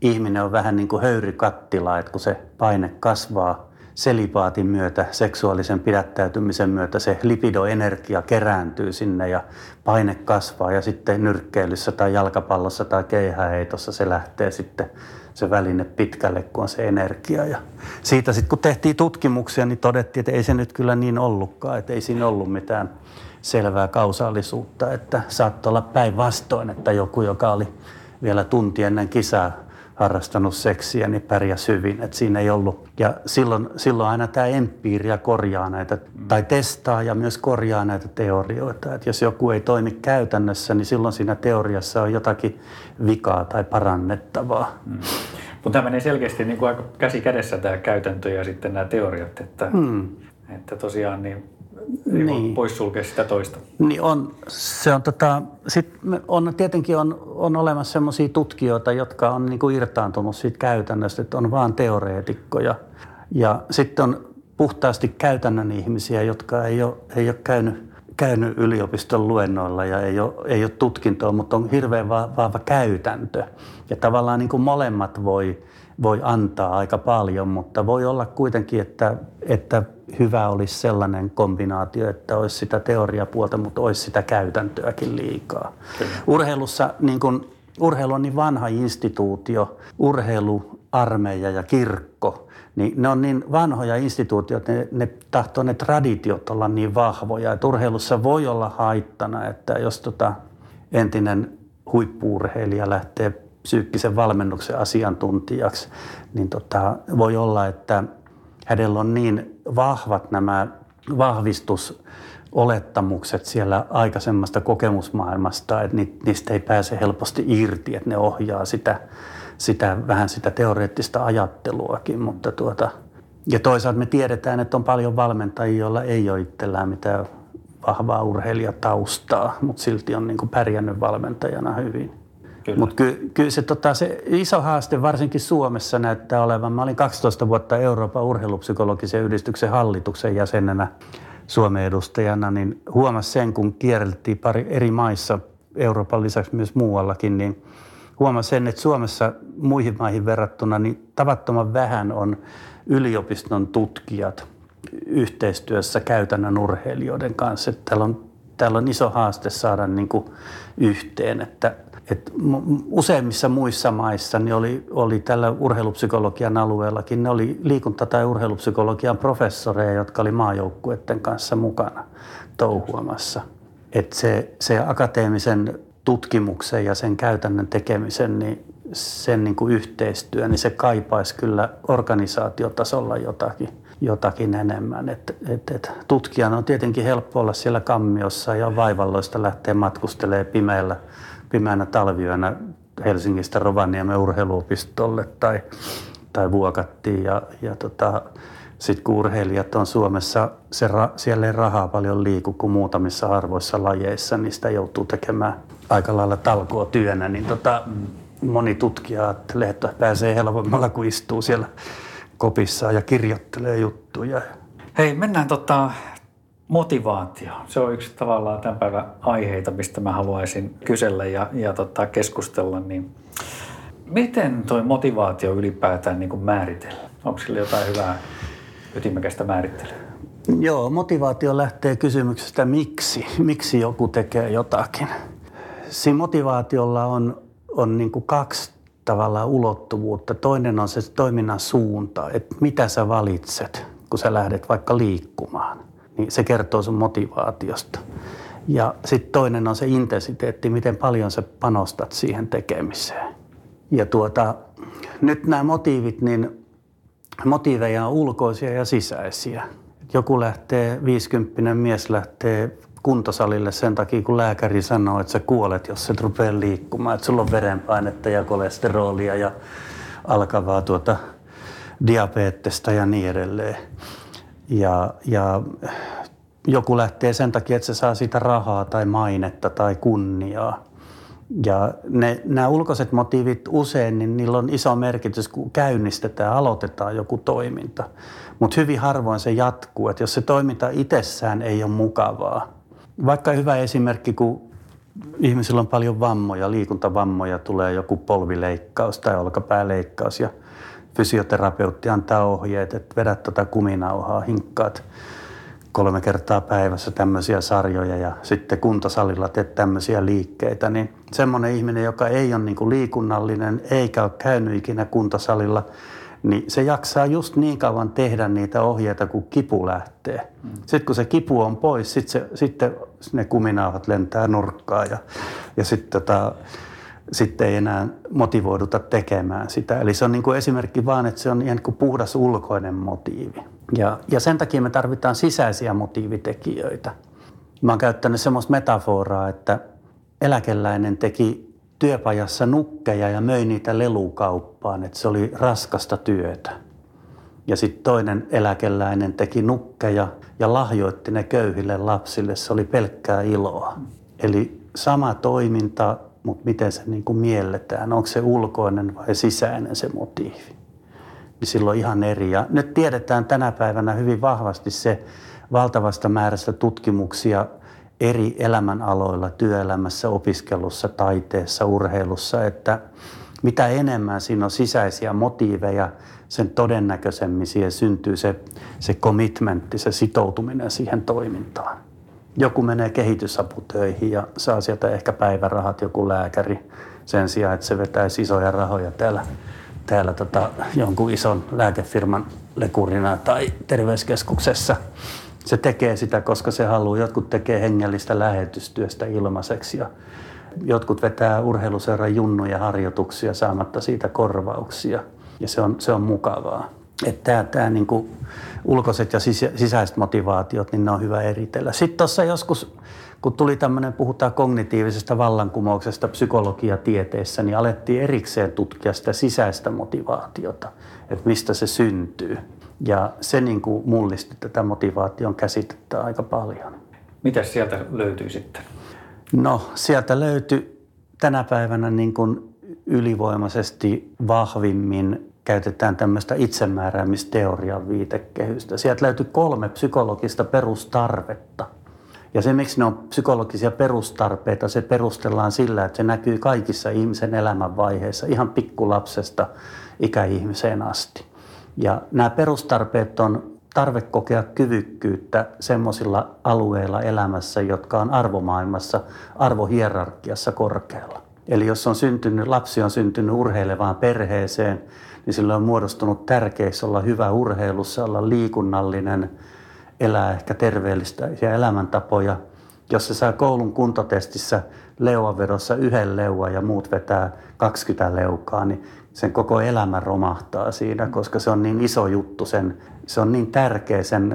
ihminen on vähän niin kuin höyrykattila, että kun se paine kasvaa selibaatin myötä, seksuaalisen pidättäytymisen myötä, se lipidoenergia kerääntyy sinne ja paine kasvaa ja sitten nyrkkeilyssä tai jalkapallossa tai keihäheitossa se lähtee sitten se väline pitkälle, kun on se energia. Ja siitä sitten kun tehtiin tutkimuksia, niin todettiin, että ei se nyt kyllä niin ollutkaan, että ei siinä ollut mitään selvää kausaalisuutta, että saattoi olla päinvastoin, että joku, joka oli vielä tunti ennen kisaa harrastanut seksiä, niin pärjäsi hyvin, että siinä ei ollut. Ja silloin aina tämä empiiria korjaa näitä, tai testaa ja myös korjaa näitä teorioita. Että jos joku ei toimi käytännössä, niin silloin siinä teoriassa on jotakin vikaa tai parannettavaa. Mutta tämä menee selkeästi niin kuin aika käsi kädessä tämä käytäntö ja sitten nämä teoriat, että tosiaan niin voi poissulkea sitä toista. Niin tietenkin on olemassa sellaisia tutkijoita, jotka on niin kuin irtaantunut siitä käytännöstä, että on vaan teoreetikkoja. Ja sitten on puhtaasti käytännön ihmisiä, jotka ei ole käynyt yliopiston luennoilla ja ei ole tutkintoa, mutta on hirveän vahva käytäntö. Ja tavallaan niin kuin molemmat voi antaa aika paljon, mutta voi olla kuitenkin, että hyvä olisi sellainen kombinaatio, että olisi sitä teoriapuolta, mutta olisi sitä käytäntöäkin liikaa. Kyllä. Urheilussa, urheilu on niin vanha instituutio, urheilu, armeija ja kirkko, niin ne on niin vanhoja instituutioita, ne tahtoo ne traditiot olla niin vahvoja, että urheilussa voi olla haittana, että jos entinen huippu-urheilija lähtee psyykkisen valmennuksen asiantuntijaksi, niin voi olla, että hänellä on niin vahvat nämä vahvistusolettamukset siellä aikaisemmasta kokemusmaailmasta, että niistä ei pääse helposti irti, että ne ohjaa vähän sitä teoreettista ajatteluakin. Mutta ja toisaalta me tiedetään, että on paljon valmentajia, joilla ei ole itsellään mitään vahvaa urheilijataustaa, mutta silti on niin kuin pärjännyt valmentajana hyvin. Mutta kyllä se iso haaste varsinkin Suomessa näyttää olevan. Mä olin 12 vuotta Euroopan urheilupsykologisen yhdistyksen hallituksen jäsenenä Suomen edustajana, niin huomasin sen, kun kierreltiin pari eri maissa, Euroopan lisäksi myös muuallakin, niin huomasin sen, että Suomessa muihin maihin verrattuna niin tavattoman vähän on yliopiston tutkijat yhteistyössä käytännön urheilijoiden kanssa. Että täällä on iso haaste saada niin kuin yhteen, että useimmissa muissa maissa niin oli tällä urheilupsykologian alueellakin, ne oli liikunta- tai urheilupsykologian professoreja, jotka oli maajoukkueiden kanssa mukana touhuamassa. Että se akateemisen tutkimuksen ja sen käytännön tekemisen, niin sen niin kuin yhteistyö, niin se kaipaisi kyllä organisaatiotasolla jotakin enemmän. Tutkijan on tietenkin helppo olla siellä kammiossa ja vaivalloista lähteä matkustelemaan pimeänä talviyönä Helsingistä Rovaniemen urheiluopistolle tai Vuokattiin ja sitten kun urheilijat on Suomessa, siellä ei rahaa paljon liiku kuin muutamissa harvoissa lajeissa, niin sitä joutuu tekemään aika lailla talkootyönä, niin moni tutkija ajattelee, että pääsee helpommalla, kun istuu siellä kopissaan ja kirjoittelee juttuja. Hei, mennään motivaatio. Se on yksi tavallaan tämän päivän aiheita, mistä mä haluaisin kysellä ja keskustella. Niin miten toi motivaatio ylipäätään niin kuin määritellään? Onko sillä jotain hyvää ytimekästä määrittelyä? Joo, motivaatio lähtee kysymyksestä miksi joku tekee jotakin. Siinä motivaatiolla on niin kuin kaksi tavallaan ulottuvuutta. Toinen on se toiminnan suunta, että mitä sä valitset, kun sä lähdet vaikka liikkumaan. Niin se kertoo sun motivaatiosta. Ja sitten toinen on se intensiteetti, miten paljon sä panostat siihen tekemiseen. Ja nyt nämä motiivit, niin motiiveja on ulkoisia ja sisäisiä. Joku 50 mies lähtee kuntosalille sen takia, kun lääkäri sanoo, että sä kuolet, jos et rupea liikkumaan. Että sulla on verenpainetta ja kolesterolia ja alkavaa diabetesta ja niin edelleen. Ja joku lähtee sen takia, että se saa siitä rahaa tai mainetta tai kunniaa. Ja nämä ulkoiset motiivit usein, niin niillä on iso merkitys, kun käynnistetään, aloitetaan joku toiminta. Mutta hyvin harvoin se jatkuu, että jos se toiminta itsessään ei ole mukavaa. Vaikka hyvä esimerkki, kun ihmisillä on paljon vammoja, liikuntavammoja, tulee joku polvileikkaus tai olkapääleikkaus ja fysioterapeutti antaa ohjeet, että vedät tuota kuminauhaa, hinkkaat 3 kertaa päivässä tämmöisiä sarjoja ja sitten kuntosalilla teet tämmöisiä liikkeitä, niin semmoinen ihminen, joka ei ole niin kuin liikunnallinen eikä ole käynyt ikinä kuntosalilla, niin se jaksaa just niin kauan tehdä niitä ohjeita, kun kipu lähtee. Sitten kun se kipu on pois, sitten ne kuminauhat lentää nurkkaan ja sitten ei enää motivoiduta tekemään sitä. Eli se on niin kuin esimerkki vaan, että se on ihan kuin puhdas ulkoinen motiivi. Ja sen takia me tarvitaan sisäisiä motiivitekijöitä. Mä oon käyttänyt semmoista metaforaa, että eläkeläinen teki työpajassa nukkeja ja möi niitä lelukauppaan, että se oli raskasta työtä. Ja sitten toinen eläkeläinen teki nukkeja ja lahjoitti ne köyhille lapsille, se oli pelkkää iloa. Eli sama toiminta, mutta miten se niin kuin mielletään, onko se ulkoinen vai sisäinen se motiivi. Niin silloin ihan eri. Ja nyt tiedetään tänä päivänä hyvin vahvasti se valtavasta määrästä tutkimuksia eri elämänaloilla, työelämässä, opiskelussa, taiteessa, urheilussa, että mitä enemmän siinä on sisäisiä motiiveja, sen todennäköisemmin siihen syntyy se commitmentti, se sitoutuminen siihen toimintaan. Joku menee kehitysaputöihin ja saa sieltä ehkä päivärahat, joku lääkäri, sen sijaan, että se vetäisi isoja rahoja täällä jonkun ison lääkefirman lekurina tai terveyskeskuksessa. Se tekee sitä, koska se haluaa. Jotkut tekee hengellistä lähetystyöstä ilmaiseksi ja jotkut vetää urheiluseuran junnuja harjoituksia saamatta siitä korvauksia. Ja se on mukavaa. Että tämä niin kuin ulkoiset ja sisäiset motivaatiot, niin ne on hyvä eritellä. Sitten tuossa joskus, kun tuli tämmöinen, puhutaan kognitiivisesta vallankumouksesta psykologiatieteessä, niin alettiin erikseen tutkia sitä sisäistä motivaatiota, että mistä se syntyy. Ja se niin kuin mullisti tätä motivaation käsitettä aika paljon. Mitäs sieltä löytyy sitten? No, sieltä löytyi tänä päivänä niin kuin ylivoimaisesti vahvimmin käytetään tämmöistä itsemääräämisteorian viitekehystä. Sieltä löytyy 3 psykologista perustarvetta. Ja se, miksi ne on psykologisia perustarpeita, se perustellaan sillä, että se näkyy kaikissa ihmisen elämänvaiheissa, ihan pikkulapsesta ikäihmiseen asti. Ja nämä perustarpeet on tarve kokea kyvykkyyttä semmoisilla alueilla elämässä, jotka on arvomaailmassa, arvohierarkiassa korkealla. Eli jos lapsi on syntynyt urheilevaan perheeseen, niin sillä on muodostunut tärkeäksi olla hyvä urheilussa, olla liikunnallinen, elää ehkä terveellisiä elämäntapoja. Jos se saa koulun kuntotestissä leuanvedossa 1 leuan ja muut vetää 20 leukaa, niin sen koko elämä romahtaa siinä, koska se on niin iso juttu, se on niin tärkeä sen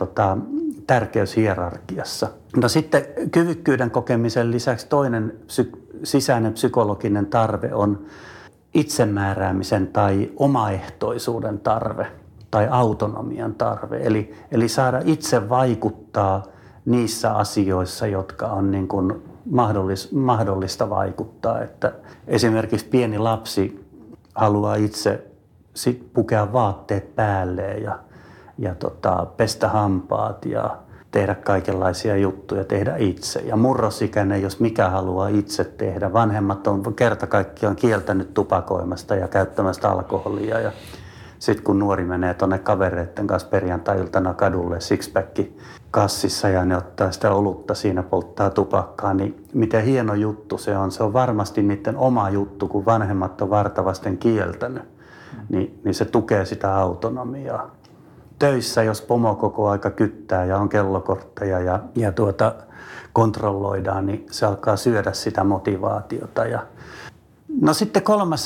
tärkeyshierarkiassa. No sitten kyvykkyyden kokemisen lisäksi toinen sisäinen psykologinen tarve on itsemääräämisen tai omaehtoisuuden tarve tai autonomian tarve. Eli saada itse vaikuttaa niissä asioissa, jotka on niin kuin mahdollista vaikuttaa. Että esimerkiksi pieni lapsi haluaa itse pukea vaatteet päälleen ja pestä hampaat ja tehdä kaikenlaisia juttuja, tehdä itse. Ja murrosikäinen, jos mikä haluaa itse tehdä. Vanhemmat on kerta kaikkiaan kieltänyt tupakoimasta ja käyttämästä alkoholia. Ja sitten kun nuori menee tuonne kavereiden kanssa perjantai-iltana kadulle sixpacki kassissa ja ne ottaa sitä olutta siinä, polttaa tupakkaa, niin miten hieno juttu se on. Se on varmasti niiden oma juttu, kun vanhemmat on vartavasten kieltänyt. Niin se tukee sitä autonomiaa. Töissä, jos pomo koko aika kyttää ja on kellokortteja ja kontrolloidaan, niin se alkaa syödä sitä motivaatiota. No sitten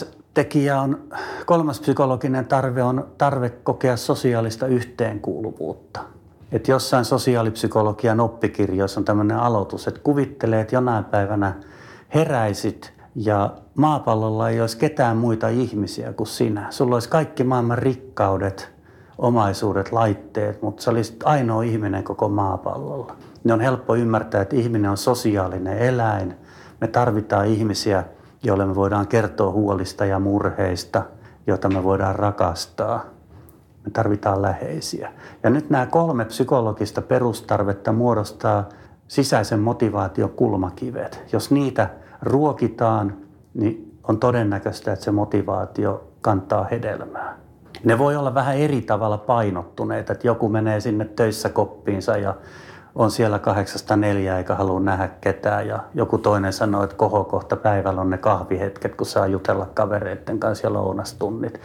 kolmas psykologinen tarve on tarve kokea sosiaalista yhteenkuuluvuutta. Että jossain sosiaalipsykologian oppikirjoissa on tämmöinen aloitus, että kuvittelee, että jonain päivänä heräisit ja maapallolla ei olisi ketään muita ihmisiä kuin sinä. Sulla olisi kaikki maailman rikkaudet, omaisuudet, laitteet, mutta sä olisit ainoa ihminen koko maapallolla. Ne on helppo ymmärtää, että ihminen on sosiaalinen eläin. Me tarvitaan ihmisiä, joille me voidaan kertoa huolista ja murheista, joita me voidaan rakastaa. Me tarvitaan läheisiä. Ja nyt nämä 3 psykologista perustarvetta muodostaa sisäisen motivaation kulmakivet. Jos niitä ruokitaan, niin on todennäköistä, että se motivaatio kantaa hedelmää. Ne voi olla vähän eri tavalla painottuneita, että joku menee sinne töissä koppiinsa ja on siellä 8-4 eikä halua nähdä ketään. Ja joku toinen sanoo, että kohokohta päivällä on ne kahvihetket, kun saa jutella kavereiden kanssa ja lounastunnit.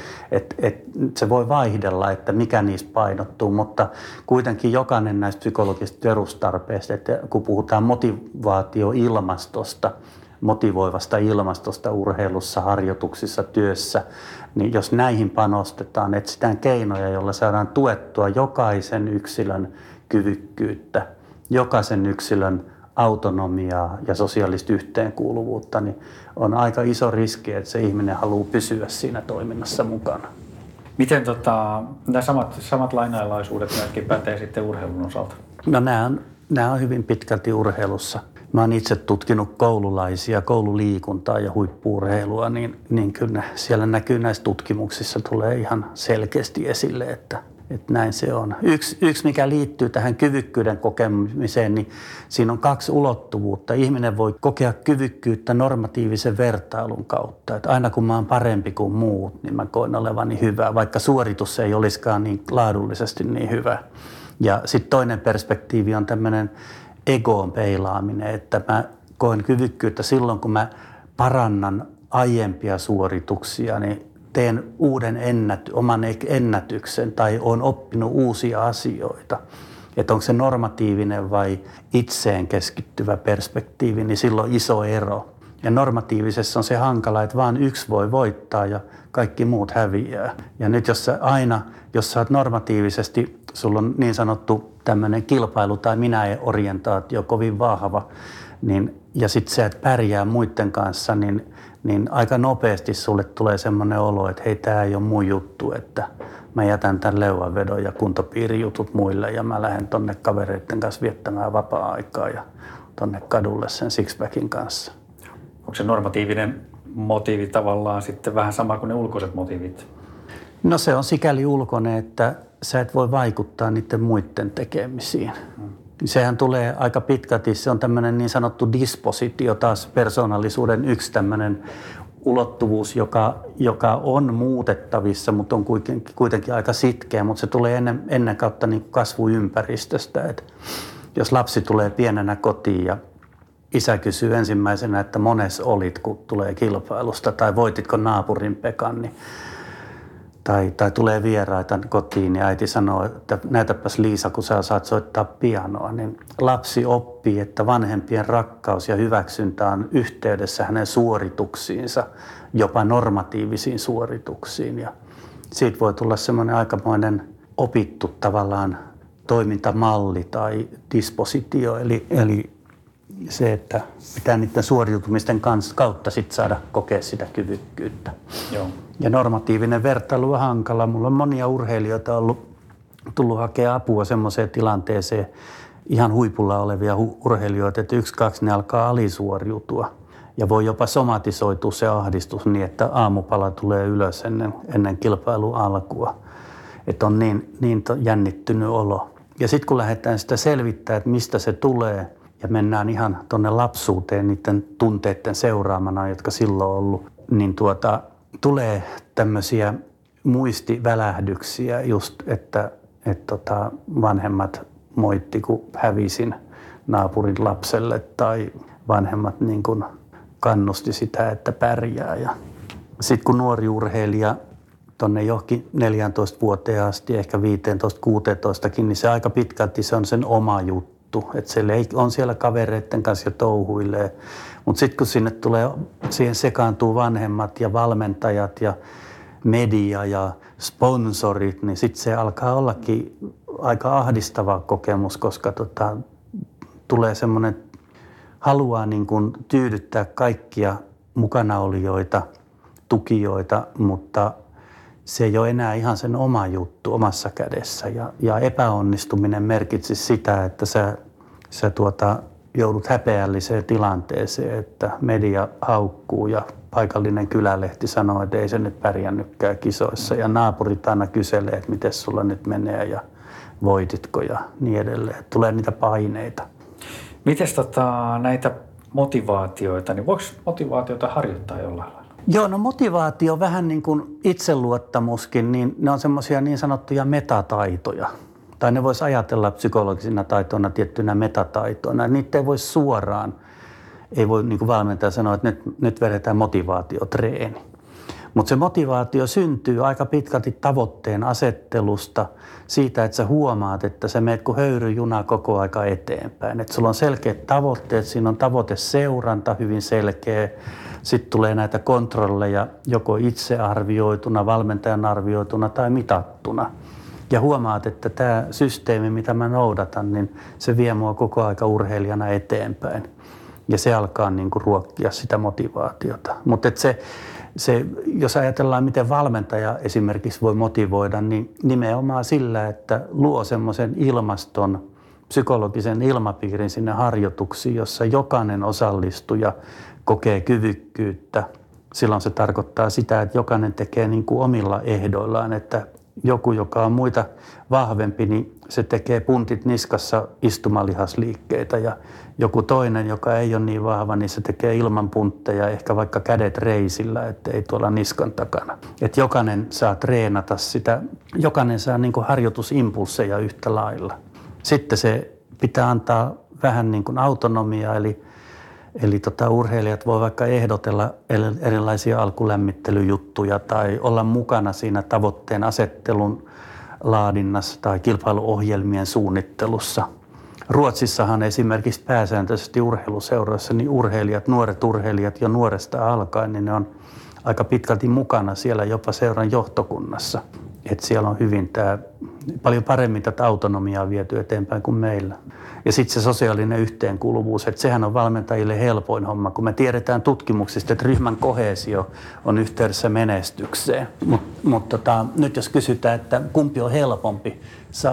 Se voi vaihdella, että mikä niistä painottuu, mutta kuitenkin jokainen näistä psykologisista perustarpeista, että kun puhutaan motivaatioilmastosta, motivoivasta ilmastosta urheilussa, harjoituksissa, työssä, niin jos näihin panostetaan, etsitään keinoja, joilla saadaan tuettua jokaisen yksilön kyvykkyyttä, jokaisen yksilön autonomiaa ja sosiaalista yhteenkuuluvuutta, niin on aika iso riski, että se ihminen haluaa pysyä siinä toiminnassa mukana. Miten nämä samat lainalaisuudet myöskin pätee sitten urheilun osalta? No nämä on hyvin pitkälti urheilussa. Mä oon itse tutkinut koululaisia, koululiikuntaa ja huippu-urheilua, niin kyllä siellä näkyy näissä tutkimuksissa, tulee ihan selkeästi esille, että näin se on. Yksi, mikä liittyy tähän kyvykkyyden kokemiseen, niin siinä on 2 ulottuvuutta. Ihminen voi kokea kyvykkyyttä normatiivisen vertailun kautta. Että aina kun mä oon parempi kuin muut, niin mä koen olevani hyvä, vaikka suoritus ei olisikaan niin laadullisesti niin hyvä. Ja sitten toinen perspektiivi on tämmöinen egoon peilaaminen, että mä koen kyvykkyyttä silloin, kun mä parannan aiempia suorituksia, niin teen uuden oman ennätyksen tai olen oppinut uusia asioita. Että onko se normatiivinen vai itseen keskittyvä perspektiivi, niin silloin on iso ero. Ja normatiivisessa on se hankala, että vaan yksi voi voittaa ja kaikki muut häviää. Ja nyt jos sä oot normatiivisesti, sulla on niin sanottu tämmöinen kilpailu- tai minä-orientaatio kovin vahva, niin, ja sitten sä et pärjää muiden kanssa, niin aika nopeasti sulle tulee semmoinen olo, että hei, tää ei ole mun juttu, että mä jätän tämän leuanvedon ja kuntopiirijutut muille ja mä lähden tonne kavereiden kanssa viettämään vapaa-aikaa ja tonne kadulle sen sixpackin kanssa. Onko se normatiivinen motiivi tavallaan sitten vähän sama kuin ne ulkoiset motiivit? No se on sikäli ulkoinen, että sä et voi vaikuttaa niiden muiden tekemisiin. Sehän tulee aika pitkälti, se on tämmöinen niin sanottu dispositio, taas persoonallisuuden yksi tämmöinen ulottuvuus, joka on muutettavissa, mutta on kuitenkin aika sitkeä, mutta se tulee ennen kautta niin kasvuympäristöstä. Et jos lapsi tulee pienenä kotiin ja isä kysyy ensimmäisenä, että mones olit, kun tulee kilpailusta, tai voititko naapurin Pekan, niin tai tulee vieraita kotiin ja äiti sanoo, että näytäpäs Liisa, kun sä saat soittaa pianoa, niin lapsi oppii, että vanhempien rakkaus ja hyväksyntä on yhteydessä hänen suorituksiinsa, jopa normatiivisiin suorituksiin. Ja siitä voi tulla semmoinen aikamoinen opittu tavallaan toimintamalli tai dispositio, eli se, että pitää niiden suoriutumisten kautta sit saada kokea sitä kyvykkyyttä. Joo. Ja normatiivinen vertailu on hankala. Mulla on monia urheilijoita tullut hakea apua semmoiseen tilanteeseen, ihan huipulla olevia urheilijoita, että 1-2 ne alkaa alisuoriutua. Ja voi jopa somatisoitua se ahdistus niin, että aamupala tulee ylös ennen kilpailun alkua. Että on niin jännittynyt olo. Ja sitten kun lähdetään sitä selvittämään, että mistä se tulee, ja mennään ihan tuonne lapsuuteen niiden tunteiden seuraamana, jotka silloin on ollut, niin tulee tämmöisiä muistivälähdyksiä just, että vanhemmat moitti, kun hävisin naapurin lapselle, tai vanhemmat niin kuin kannusti sitä, että pärjää. Ja sitten kun nuori urheilija tuonne johonkin 14 vuoteen asti, ehkä 15-16kin, niin se aika pitkälti se on sen oma juttu. Että se on siellä kavereiden kanssa jo touhuilee. Mutta sitten kun siihen sekaantuu vanhemmat ja valmentajat ja media ja sponsorit, niin sitten se alkaa ollakin aika ahdistava kokemus, koska tulee semmoinen, haluaa niin kuin tyydyttää kaikkia mukanaolijoita, tukijoita, mutta se ei ole enää ihan sen oma juttu omassa kädessä. Ja epäonnistuminen merkitsisi sitä, että sä joudut häpeälliseen tilanteeseen, että media haukkuu ja paikallinen kylälehti sanoo, että ei se nyt pärjännytkään kisoissa. Ja naapurit aina kyselee, että miten sulla nyt menee ja voititko ja niin edelleen. Tulee niitä paineita. Mites näitä motivaatioita, niin voiko motivaatiota harjoittaa jollain lailla? Joo, no motivaatio, vähän niin kuin itseluottamuskin, niin ne on semmoisia niin sanottuja metataitoja. Tai ne voisi ajatella psykologisina taitoina tiettynä metataitoina. Niitä ei voi suoraan, ei voi niin kuin valmentaja sanoa, että nyt vedetään motivaatiotreeni. Mutta se motivaatio syntyy aika pitkälti tavoitteen asettelusta, siitä, että sä huomaat, että sä meet kuin höyryjuna koko aika eteenpäin. Että sulla on selkeät tavoitteet, siinä on tavoiteseuranta hyvin selkeä. Sitten tulee näitä kontrolleja joko itse arvioituna, valmentajan arvioituna tai mitattuna. Ja huomaat, että tämä systeemi, mitä mä noudatan, niin se vie mua koko aika urheilijana eteenpäin. Ja se alkaa niin kuin ruokkia sitä motivaatiota. Mutta se, jos ajatellaan, miten valmentaja esimerkiksi voi motivoida, niin nimenomaan sillä, että luo semmoisen ilmaston, psykologisen ilmapiirin sinne harjoituksiin, jossa jokainen osallistuja kokee kyvykkyyttä. Silloin se tarkoittaa sitä, että jokainen tekee niin kuin omilla ehdoillaan, että joku, joka on muita vahvempi, niin se tekee puntit niskassa istumalihasliikkeitä ja joku toinen, joka ei ole niin vahva, niin se tekee ilman puntteja, ehkä vaikka kädet reisillä, ettei tuolla niskan takana. Että jokainen saa treenata sitä, jokainen saa niin kuin harjoitusimpulseja yhtä lailla. Sitten se pitää antaa vähän niin kuin autonomiaa, eli urheilijat voi vaikka ehdotella erilaisia alkulämmittelyjuttuja tai olla mukana siinä tavoitteen asettelun laadinnassa tai kilpailuohjelmien suunnittelussa. Ruotsissahan esimerkiksi pääsääntöisesti urheiluseuroissa niin nuoret urheilijat jo nuoresta alkaen, niin ne on aika pitkälti mukana siellä jopa seuran johtokunnassa. Että siellä on hyvin paljon paremmin tätä autonomiaa viety eteenpäin kuin meillä. Ja sitten se sosiaalinen yhteenkuuluvuus, että sehän on valmentajille helpoin homma, kun me tiedetään tutkimuksista, että ryhmän koheesio on yhteydessä menestykseen. Mutta nyt jos kysytään, että kumpi on helpompi,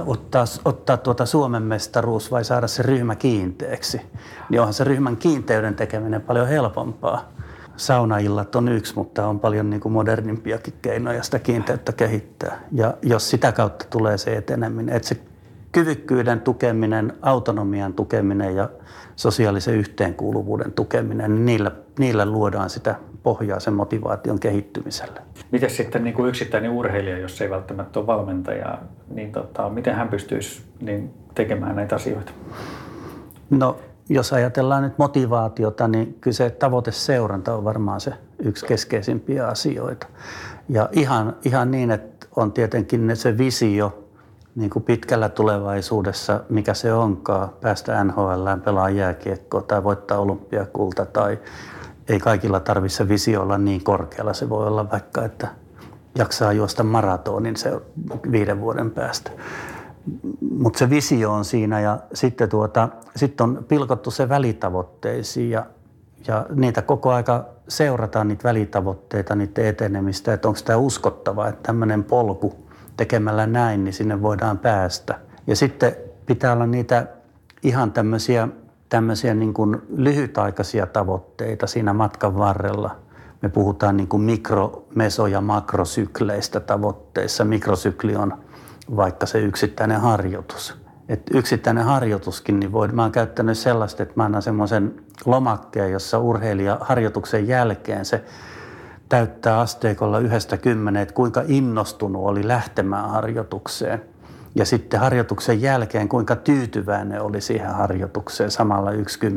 ottaa Suomen mestaruus vai saada se ryhmä kiinteäksi, niin onhan se ryhmän kiinteyden tekeminen paljon helpompaa. Saunaillat on yksi, mutta on paljon niin kuin modernimpiakin keinoja sitä kiinteyttä kehittää. Ja jos sitä kautta tulee se eteneminen, että se kyvykkyyden tukeminen, autonomian tukeminen ja sosiaalisen yhteenkuuluvuuden tukeminen, niin niillä luodaan sitä pohjaa sen motivaation kehittymiselle. Miten sitten niin kuin yksittäinen urheilija, jos ei välttämättä ole valmentaja, niin miten hän pystyisi tekemään näitä asioita? No, jos ajatellaan nyt motivaatiota, niin kyllä se tavoiteseuranta on varmaan se yksi keskeisimpiä asioita. Ja ihan niin, että on tietenkin se visio niin kuin pitkällä tulevaisuudessa, mikä se onkaan, päästä NHL:ään, pelaa jääkiekkoa tai voittaa olympiakulta tai ei kaikilla tarvitse se visio olla niin korkealla. Se voi olla vaikka, että jaksaa juosta maratonin se 5 vuoden päästä. Mutta se visio on siinä ja sitten on pilkottu se välitavoitteisiin ja niitä koko aika seurataan niitä välitavoitteita, niiden etenemistä, että onko tämä uskottava, että tämmöinen polku tekemällä näin, niin sinne voidaan päästä. Ja sitten pitää olla niitä ihan tämmöisiä niin kuin lyhytaikaisia tavoitteita siinä matkan varrella. Me puhutaan niin kuin mikro-, meso- ja makrosykleistä tavoitteissa. Mikrosykli on vaikka se yksittäinen harjoitus. Et yksittäinen harjoituskin, niin mä oon käyttänyt sellaista, että mä annan semmoisen lomakkeen, jossa urheilija harjoituksen jälkeen se täyttää asteikolla 1–10, että kuinka innostunut oli lähtemään harjoitukseen. Ja sitten harjoituksen jälkeen, kuinka tyytyväinen oli siihen harjoitukseen samalla 1–10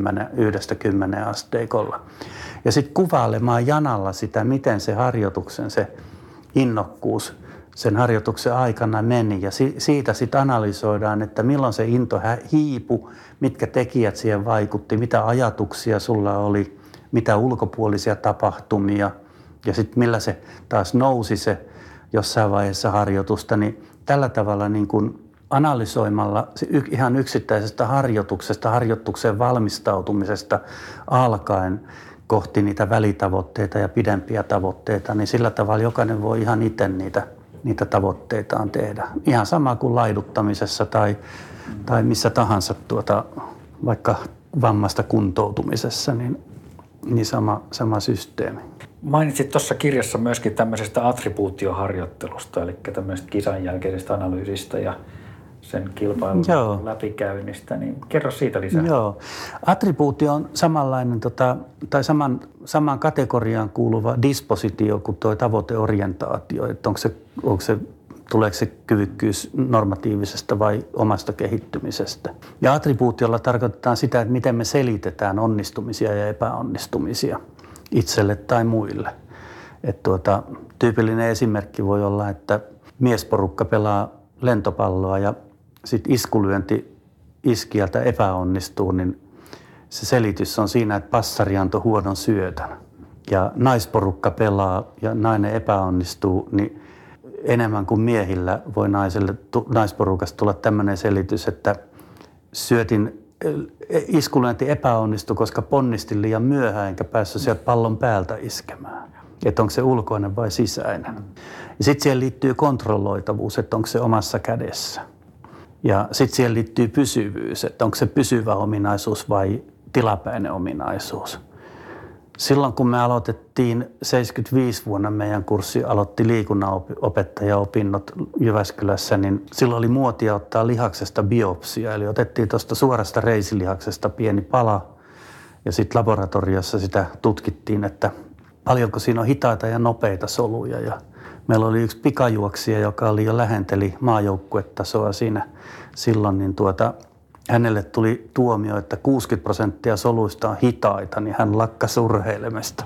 asteikolla. Ja sitten kuvailemaan janalla sitä, miten se harjoituksen se innokkuus sen harjoituksen aikana meni. Ja siitä sitten analysoidaan, että milloin se into hiipui, mitkä tekijät siihen vaikutti, mitä ajatuksia sulla oli, mitä ulkopuolisia tapahtumia. Ja sitten millä se taas nousi se jossain vaiheessa harjoitusta, niin tällä tavalla niin kuin analysoimalla ihan yksittäisestä harjoituksesta, harjoitukseen valmistautumisesta alkaen kohti niitä välitavoitteita ja pidempiä tavoitteita, niin sillä tavalla jokainen voi ihan itse niitä tavoitteitaan tehdä. Ihan sama kuin laiduttamisessa tai missä tahansa vaikka vammasta kuntoutumisessa, niin sama systeemi. Mainitsit tuossa kirjassa myöskin tämmöisestä attribuutioharjoittelusta, eli tämmöisestä kisan jälkeisestä analyysistä. Ja sen kilpailun läpikäynnistä, niin kerro siitä lisää. Joo. Attribuutio on samanlainen tai samaan kategoriaan kuuluva dispositio kuin tuo tavoiteorientaatio, että tuleeko se kyvykkyys normatiivisesta vai omasta kehittymisestä. Ja attribuutiolla tarkoitetaan sitä, että miten me selitetään onnistumisia ja epäonnistumisia itselle tai muille. Tyypillinen esimerkki voi olla, että miesporukka pelaa lentopalloa ja sitten iskulyönti iskijältä epäonnistuu, niin se selitys on siinä, että passari antoi huonon syötön. Ja naisporukka pelaa ja nainen epäonnistuu, niin enemmän kuin miehillä voi naisporukasta tulla tämmöinen selitys, että iskulyönti epäonnistui, koska ponnistin liian myöhään enkä päässyt sieltä pallon päältä iskemään. Että onko se ulkoinen vai sisäinen. Ja sitten siihen liittyy kontrolloitavuus, että onko se omassa kädessä. Ja sitten siihen liittyy pysyvyys, että onko se pysyvä ominaisuus vai tilapäinen ominaisuus. Silloin kun me aloitettiin 75 vuonna meidän kurssi aloitti liikunnanopettajaopinnot Jyväskylässä, niin silloin oli muotia ottaa lihaksesta biopsia. Eli otettiin tuosta suorasta reisilihaksesta pieni pala ja sitten laboratoriossa sitä tutkittiin, että paljonko siinä on hitaita ja nopeita soluja. Ja meillä oli yksi pikajuoksija, joka jo lähenteli maajoukkuetasoa siinä silloin, niin hänelle tuli tuomio, että 60% soluista on hitaita, niin hän lakkasi urheilemasta.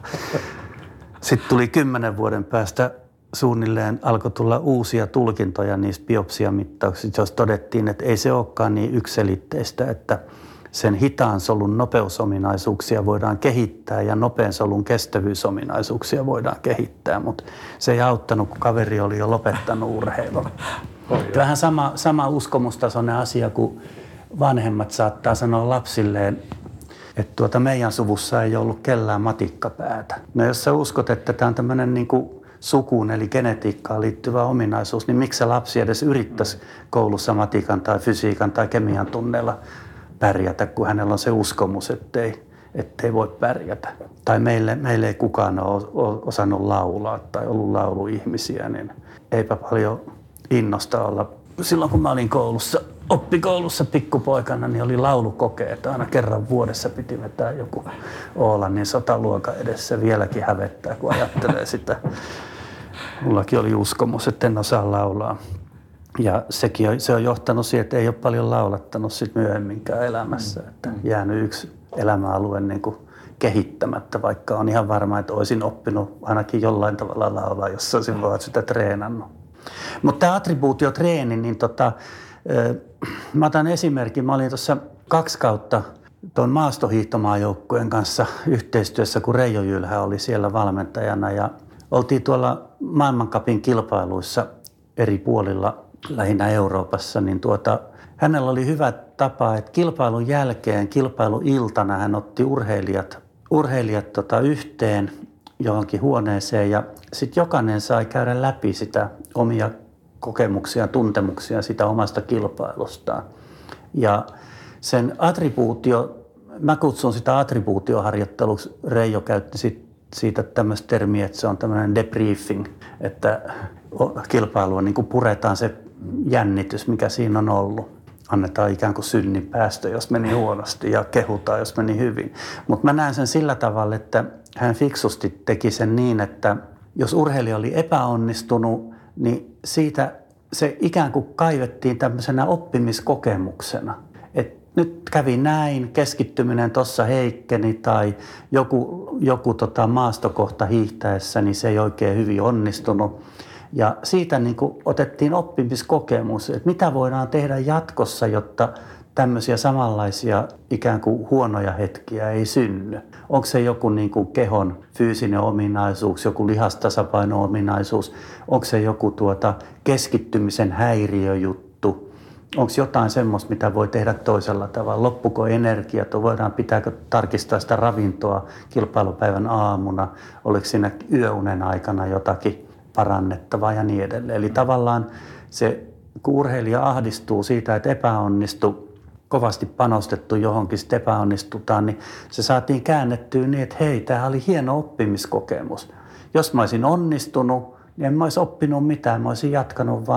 Sitten tuli 10 vuoden päästä suunnilleen alkoi tulla uusia tulkintoja niistä biopsiamittauksista, jos todettiin, että ei se olekaan niin yksiselitteistä, että sen hitaan solun nopeusominaisuuksia voidaan kehittää ja nopean solun kestävyysominaisuuksia voidaan kehittää, mutta se ei auttanut, kun kaveri oli jo lopettanut urheilun. Vähän sama uskomustasoinen asia, kun vanhemmat saattaa sanoa lapsilleen, että meidän suvussa ei ollut kellään matikkapäätä. No jos sä uskot, että tämä on tämmöinen niin kuin sukuun eli genetiikkaan liittyvä ominaisuus, niin miksi se lapsi edes yrittäisi koulussa matikan tai fysiikan tai kemian tunneilla pärjätä, kun hänellä on se uskomus, ettei voi pärjätä. Tai meille ei kukaan ole osannut laulaa tai ollut lauluihmisiä, niin eipä paljon innosta olla. Silloin kun mä olin oppikoulussa pikkupoikana, niin oli laulukokeet. Aina kerran vuodessa piti vetää joku Oolannin sotaluokan edessä. Vieläkin hävettää, kun ajattelee sitä. Mullakin oli uskomus, että en osaa laulaa. Ja se on johtanut siihen, että ei ole paljon laulattanut sit myöhemminkään elämässä. Että jäänyt yksi elämäalue niin kuin kehittämättä, vaikka on ihan varma, että olisin oppinut ainakin jollain tavalla laulaa, jos olisin vaan sitä treenannut. Mutta tämä attribuutiotreeni, niin mä otan esimerkin. Mä olin tuossa 2 kautta tuon maastohiihtomaajoukkueen kanssa yhteistyössä, kun Reijo Jylhä oli siellä valmentajana. Ja oltiin tuolla maailmancupin kilpailuissa eri puolilla, lähinnä Euroopassa, niin hänellä oli hyvä tapa, että kilpailun jälkeen, kilpailuiltana hän otti urheilijat yhteen johonkin huoneeseen ja sitten jokainen sai käydä läpi sitä omia kokemuksia ja tuntemuksia sitä omasta kilpailustaan. Ja sen mä kutsun sitä attribuutioharjoitteluksi. Reijo käytti siitä tämmöistä termiä, että se on tämmöinen debriefing, että kilpailua niin kuin puretaan se jännitys, mikä siinä on ollut. Annetaan ikään kuin synninpäästö, jos meni huonosti ja kehutaan, jos meni hyvin. Mutta mä näen sen sillä tavalla, että hän fiksusti teki sen niin, että jos urheilija oli epäonnistunut, niin siitä se ikään kuin kaivettiin tämmöisenä oppimiskokemuksena. Et nyt kävi näin, keskittyminen tuossa heikkeni tai joku maastokohta hiihtäessä, niin se ei oikein hyvin onnistunut. Ja siitä niin kuin otettiin oppimiskokemus, että mitä voidaan tehdä jatkossa, jotta tämmöisiä samanlaisia ikään kuin huonoja hetkiä ei synny. Onko se joku niin kuin kehon fyysinen ominaisuus, joku lihastasapaino-ominaisuus, onko se joku keskittymisen häiriöjuttu, onko jotain semmoista, mitä voi tehdä toisella tavalla, loppuko energiat, pitääkö tarkistaa sitä ravintoa kilpailupäivän aamuna, oliko siinä yöunen aikana jotakin parannettavaa ja niin edelleen. Eli tavallaan se, kun urheilija ahdistuu siitä, että epäonnistuu, kovasti panostettu johonkin, sitten epäonnistutaan, niin se saatiin käännettyä niin, että hei, tämähän oli hieno oppimiskokemus. Jos mä olisin onnistunut, niin en mä olisi oppinut mitään. Mä olisin jatkanut vaan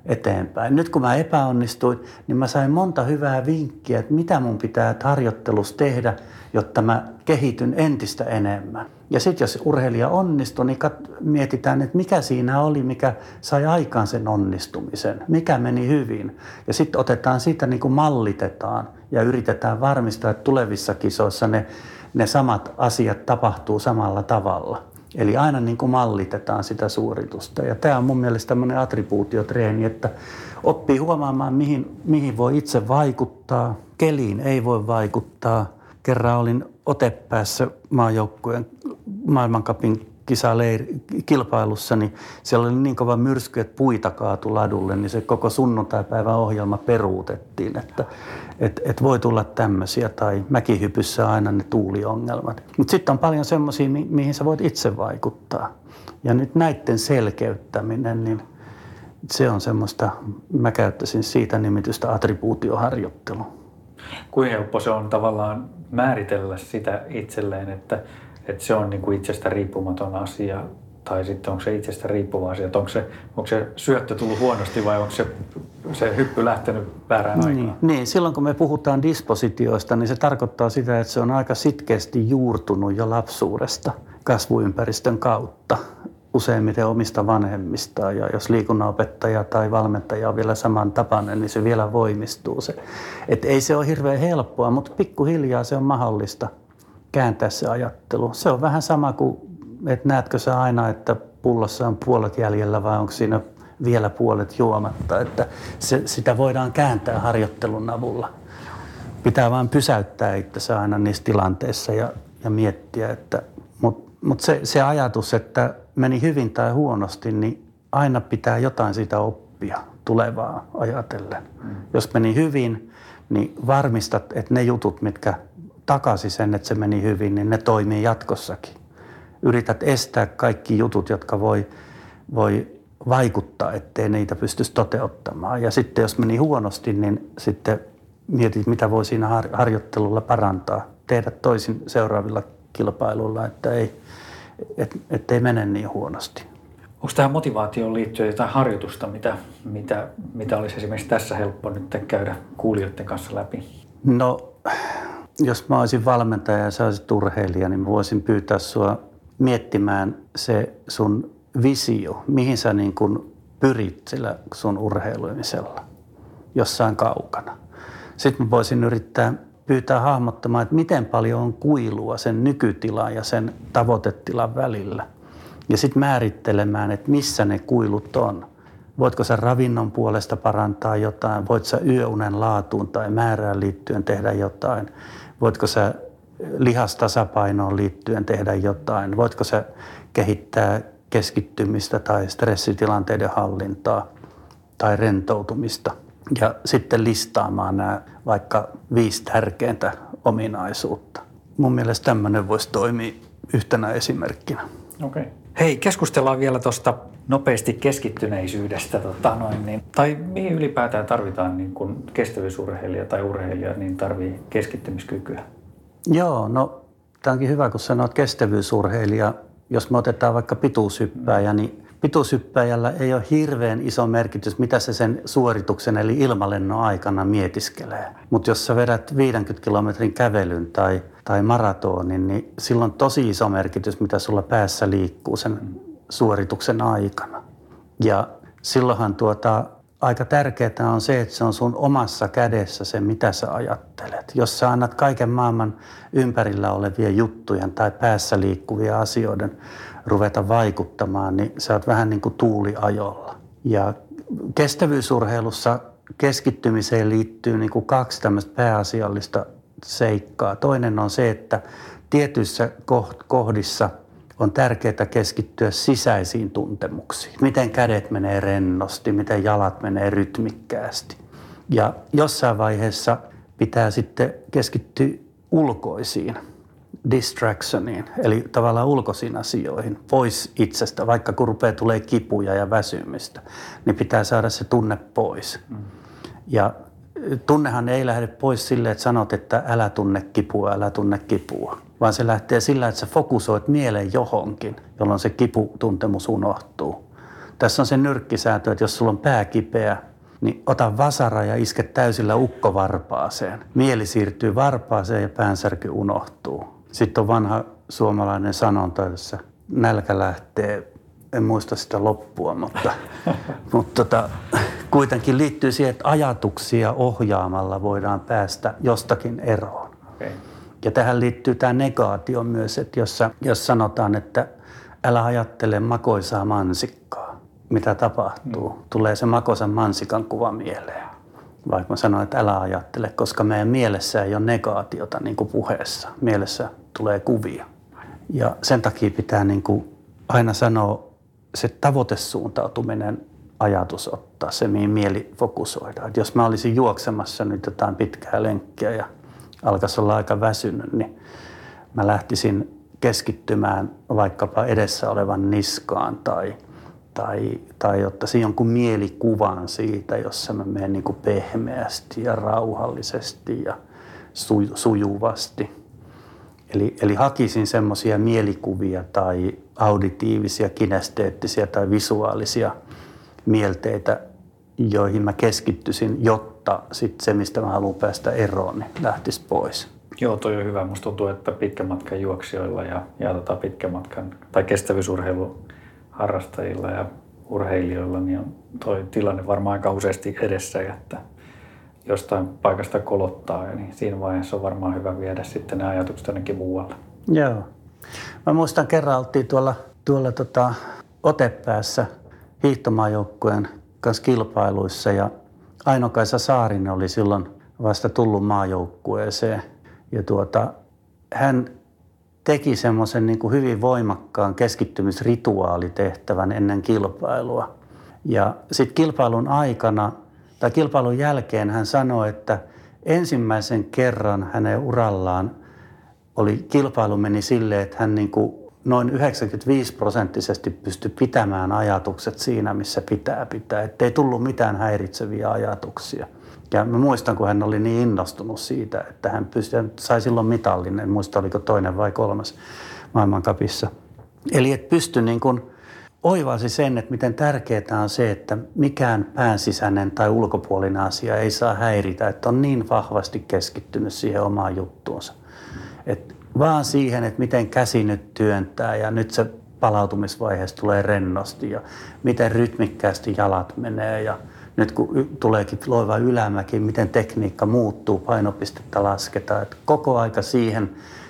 eteenpäin. Nyt kun mä epäonnistuin, niin mä sain monta hyvää vinkkiä, että mitä mun pitää harjoittelussa tehdä, jotta mä kehityn entistä enemmän. Ja sitten jos urheilija onnistui, niin mietitään, että mikä siinä oli, mikä sai aikaan sen onnistumisen, mikä meni hyvin. Ja sitten otetaan siitä niin kuin mallitetaan ja yritetään varmistaa, että tulevissa kisoissa ne samat asiat tapahtuu samalla tavalla. Eli aina niin kuin mallitetaan sitä suoritusta. Ja tämä on mun mielestä tämmöinen attribuutiotreeni, että oppii huomaamaan, mihin voi itse vaikuttaa. Keliin ei voi vaikuttaa. Kerran olin otepäässä maajoukkueen maailmancupin kilpailussa, niin siellä oli niin kova myrsky, että puita kaatui ladulle, niin se koko sunnuntaipäivän ohjelma peruutettiin, että voi tulla tämmöisiä, tai mäkihypyssä aina ne tuuliongelmat. Mutta sitten on paljon semmoisia, mihin sä voit itse vaikuttaa. Ja nyt näiden selkeyttäminen, niin se on semmoista, mä käyttäisin siitä nimitystä attribuutioharjoittelu. Kuinka helppo se on tavallaan määritellä sitä itselleen, että se on niin kuin itsestä riippumaton asia, tai sitten onko se itsestä riippuva asia, että onko se syöttö tullut huonosti vai onko se hyppy lähtenyt väärään aikaan? Niin, silloin kun me puhutaan dispositioista, niin se tarkoittaa sitä, että se on aika sitkeästi juurtunut jo lapsuudesta kasvuympäristön kautta, useimmiten omista vanhemmistaan. Ja jos liikunnanopettaja tai valmentaja on vielä samantapainen, niin se vielä voimistuu se. Et ei se ole hirveän helppoa, mutta pikkuhiljaa se on mahdollista kääntää se ajattelu. Se on vähän sama kuin, että näetkö sä aina, että pullossa on puolet jäljellä vai onko siinä vielä puolet juomatta. Että sitä voidaan kääntää harjoittelun avulla. Pitää vaan pysäyttää itsensä aina niissä tilanteissa ja miettiä, että mutta se ajatus, että meni hyvin tai huonosti, niin aina pitää jotain siitä oppia tulevaa ajatellen. Jos meni hyvin, niin varmistat, että ne jutut, mitkä takaisin sen, että se meni hyvin, niin ne toimii jatkossakin. Yrität estää kaikki jutut, jotka voi vaikuttaa, ettei niitä pystyisi toteuttamaan. Ja sitten jos meni huonosti, niin sitten mietit, mitä voi siinä harjoittelulla parantaa. Tehdä toisin seuraavilla kilpailuilla, ettei mene niin huonosti. Onko tähän motivaatioon liittyen jotain harjoitusta, mitä olisi esimerkiksi tässä helppo nyt käydä kuulijoiden kanssa läpi? No, jos mä olisin valmentaja ja sä olisit urheilija, niin mä voisin pyytää sua miettimään se sun visio, mihin sä niin kun pyrit sillä sun urheiluimisella jossain kaukana. Sitten mä voisin yrittää pyytää hahmottamaan, että miten paljon on kuilua sen nykytilan ja sen tavoitetilan välillä. Ja sitten määrittelemään, että missä ne kuilut on. Voitko sä ravinnon puolesta parantaa jotain? Voitko sä yöunen laatuun tai määrään liittyen tehdä jotain? Voitko sä lihastasapainoon liittyen tehdä jotain? Voitko sä kehittää keskittymistä tai stressitilanteiden hallintaa tai rentoutumista? Ja sitten listaamaan nämä vaikka 5 tärkeintä ominaisuutta. Mun mielestä tämmöinen voisi toimia yhtenä esimerkkinä. Okei. Hei, keskustellaan vielä tuosta nopeasti keskittyneisyydestä. Tai mihin ylipäätään tarvitaan niin kun kestävyysurheilija tai urheilija, niin tarvii keskittymiskykyä? Joo, no tämä onkin hyvä, kun sanot kestävyysurheilija. Jos me otetaan vaikka pituushyppääjä, niin pituushyppääjällä ei ole hirveän iso merkitys, mitä se sen suorituksen eli ilmalennon aikana mietiskelee. Mutta jos sä vedät 50 kilometrin kävelyn tai maratonin, niin silloin on tosi iso merkitys, mitä sulla päässä liikkuu sen suorituksen aikana. Ja silloinhan aika tärkeää on se, että se on sun omassa kädessä se, mitä sä ajattelet. Jos sä annat kaiken maailman ympärillä olevien juttujen tai päässä liikkuvien asioiden ruveta vaikuttamaan, niin sä oot vähän niin kuin tuuliajolla. Ja kestävyysurheilussa keskittymiseen liittyy niin kuin 2 tämmöistä pääasiallista seikkaa. Toinen on se, että tietyissä kohdissa on tärkeää keskittyä sisäisiin tuntemuksiin. Miten kädet menee rennosti, miten jalat menee rytmikkäästi. Ja jossain vaiheessa pitää sitten keskittyä ulkoisiin, distractioniin, eli tavallaan ulkoisiin asioihin, pois itsestä. Vaikka kun rupeaa tulee kipuja ja väsymistä, niin pitää saada se tunne pois. Ja tunnehan ei lähde pois sille, että sanot, että älä tunne kipua, vaan se lähtee sillä, että sä fokusoit mielen johonkin, jolloin se kiputuntemus unohtuu. Tässä on se nyrkkisääntö, että jos sulla on pää kipeä, niin ota vasara ja iske täysillä ukkovarpaaseen. Mieli siirtyy varpaaseen ja päänsärky unohtuu. Sitten on vanha suomalainen sanonta, jossa nälkä lähtee, en muista sitä loppua, mutta kuitenkin liittyy siihen, että ajatuksia ohjaamalla voidaan päästä jostakin eroon. Okay. Ja tähän liittyy tämä negaatio myös, että jos sanotaan, että älä ajattele makoisaa mansikkaa, mitä tapahtuu? Tulee se makoisan mansikan kuva mieleen. Vaikka mä sanoin, että älä ajattele, koska meidän mielessä ei ole negaatiota niin kuin puheessa. Mielessä tulee kuvia. Ja sen takia pitää niin kuin aina sanoa se tavoitesuuntautuminen ajatus ottaa, se mihin mieli fokusoidaan. Et jos mä olisin juoksemassa nyt jotain pitkää lenkkiä ja alkaisi olla aika väsynyt, niin mä lähtisin keskittymään vaikkapa edessä olevan niskaan tai ottaisin jonkun mielikuvan siitä, jossa mä menen niin kuin pehmeästi ja rauhallisesti ja sujuvasti. Eli hakisin semmoisia mielikuvia tai auditiivisia, kinesteettisiä tai visuaalisia mielteitä, joihin mä keskittyisin, jotta sit se, mistä mä haluan päästä eroon, niin lähtisi pois. Joo, toi on hyvä. Musta tuntuu, että pitkän matkan juoksijoilla ja pitkän matkan tai kestävyysurheilun harrastajilla ja urheilijoilla niin on toi tilanne varmaan aika useasti edessä, että jostain paikasta kolottaa, niin siinä vaiheessa on varmaan hyvä viedä sitten ne ajatukset jonnekin muualle. Joo. Mä muistan kerran oltiin tuolla Otepäässä hiihtomaajoukkueen kanssa kilpailuissa ja Aino-Kaisa Saarinen oli silloin vasta tullut maajoukkueeseen ja hän teki semmoisen niin kuin hyvin voimakkaan keskittymisrituaalitehtävän ennen kilpailua. Ja sitten kilpailun aikana tai kilpailun jälkeen hän sanoi, että ensimmäisen kerran hänen urallaan kilpailu meni silleen, että hän niin kuin noin 95% pystyi pitämään ajatukset siinä, missä pitää. Että ei tullut mitään häiritseviä ajatuksia. Ja mä muistan, kun hän oli niin innostunut siitä, että hän sai silloin mitallinen. En muista, oliko 2. vai 3. maailmancupissa. Eli että pystyi niin kuin oivasi sen, että miten tärkeää on se, että mikään päänsisäinen tai ulkopuolinen asia ei saa häiritä, että on niin vahvasti keskittynyt siihen omaan juttuunsa. Et vaan siihen, että miten käsi nyt työntää ja nyt se palautumisvaiheessa tulee rennosti ja miten rytmikkäästi jalat menee ja nyt kun tuleekin loiva ylämäki, miten tekniikka muuttuu, painopistettä lasketaan. Et koko aika siihen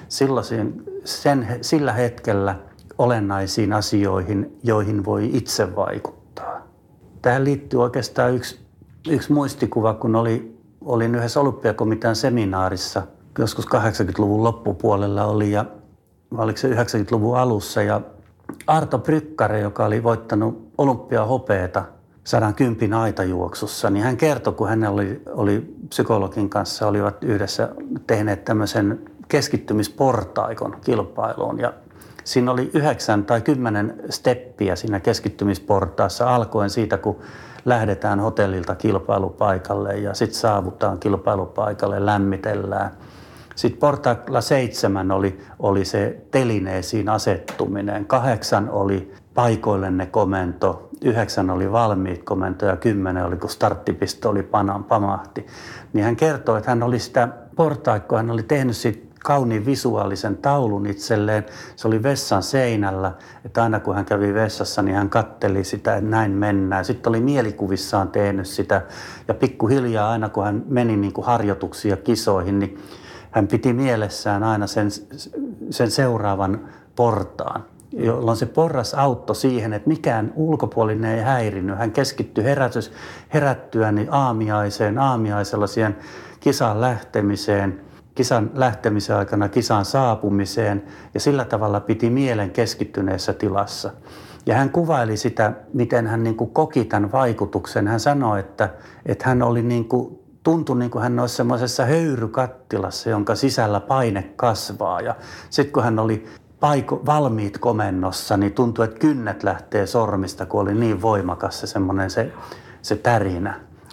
sillä hetkellä olennaisiin asioihin, joihin voi itse vaikuttaa. Tähän liittyy oikeastaan yksi muistikuva, kun olin yhdessä olympiakomitean seminaarissa, joskus 80-luvun loppupuolella oli ja oliko se 90-luvun alussa. Ja Arto Brykkare, joka oli voittanut olympiahopeeta 110 aitajuoksussa, niin hän kertoi, kun hän oli psykologin kanssa, olivat yhdessä tehneet tämmöisen keskittymisportaikon kilpailuun. Ja siinä oli 9 tai 10 steppiä siinä keskittymisportaassa alkoen siitä, kun lähdetään hotellilta kilpailupaikalle ja sitten saavutaan kilpailupaikalle, lämmitellään. Sitten portailla 7 oli se telineisiin asettuminen, 8 oli paikoillenne komento, 9 oli valmiit komento ja 10 oli kun starttipiste oli pamahti. Niin hän kertoi, että hän oli sitä portaikkoa, hän oli tehnyt siitä kauniin visuaalisen taulun itselleen. Se oli vessan seinällä, että aina kun hän kävi vessassa, niin hän katteli sitä, että näin mennään. Sitten oli mielikuvissaan tehnyt sitä ja pikkuhiljaa aina kun hän meni niin kuin harjoituksiin ja kisoihin, niin hän piti mielessään aina sen seuraavan portaan, jolloin se porras auttoi siihen, että mikään ulkopuolinen ei häirinyt. Hän keskittyi herättyään aamiaisella siihen kisan lähtemisen aikana kisaan saapumiseen ja sillä tavalla piti mielen keskittyneessä tilassa. Ja hän kuvaili sitä, miten hän niin kuin koki tämän vaikutuksen. Hän sanoi, että hän oli niin kuin, tuntui niin kuin hän olisi semmoisessa höyrykattilassa, jonka sisällä paine kasvaa. Ja sitten kun hän oli valmiit komennossa, niin tuntui, että kynnet lähtee sormista, kun oli niin voimakas se semmoinen se tärinä.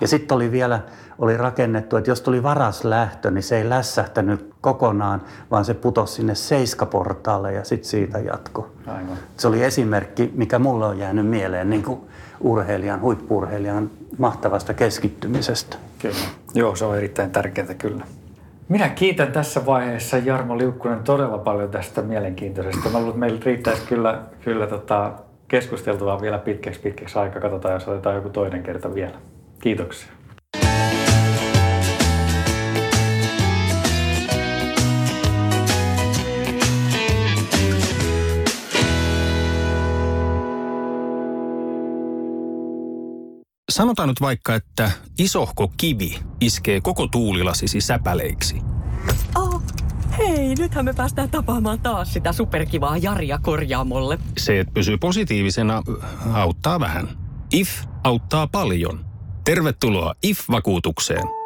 Ja sitten oli rakennettu, että jos tuli varas lähtö, niin se ei lässähtänyt kokonaan, vaan se putosi sinne seiskaportaalle ja sitten siitä jatkoi. Aivan. Se oli esimerkki, mikä mulle on jäänyt mieleen niin kuin huippu-urheilijan mahtavasta keskittymisestä. Kyllä. Joo, se on erittäin tärkeää kyllä. Minä kiitän tässä vaiheessa Jarmo Liukkunen todella paljon tästä mielenkiintoisesta. Mä luulen, että meillä riittäisi kyllä keskusteltavaa vielä pitkäksi aikaa. Katsotaan, jos otetaan joku toinen kerta vielä. Kiitoksia. Sanotaan nyt vaikka, että isohko kivi iskee koko tuulilasisi säpäleiksi. Hei, nythän me päästään tapaamaan taas sitä superkivaa Jaria korjaamolle. Se, että pysyy positiivisena, auttaa vähän. IF auttaa paljon. Tervetuloa IF-vakuutukseen.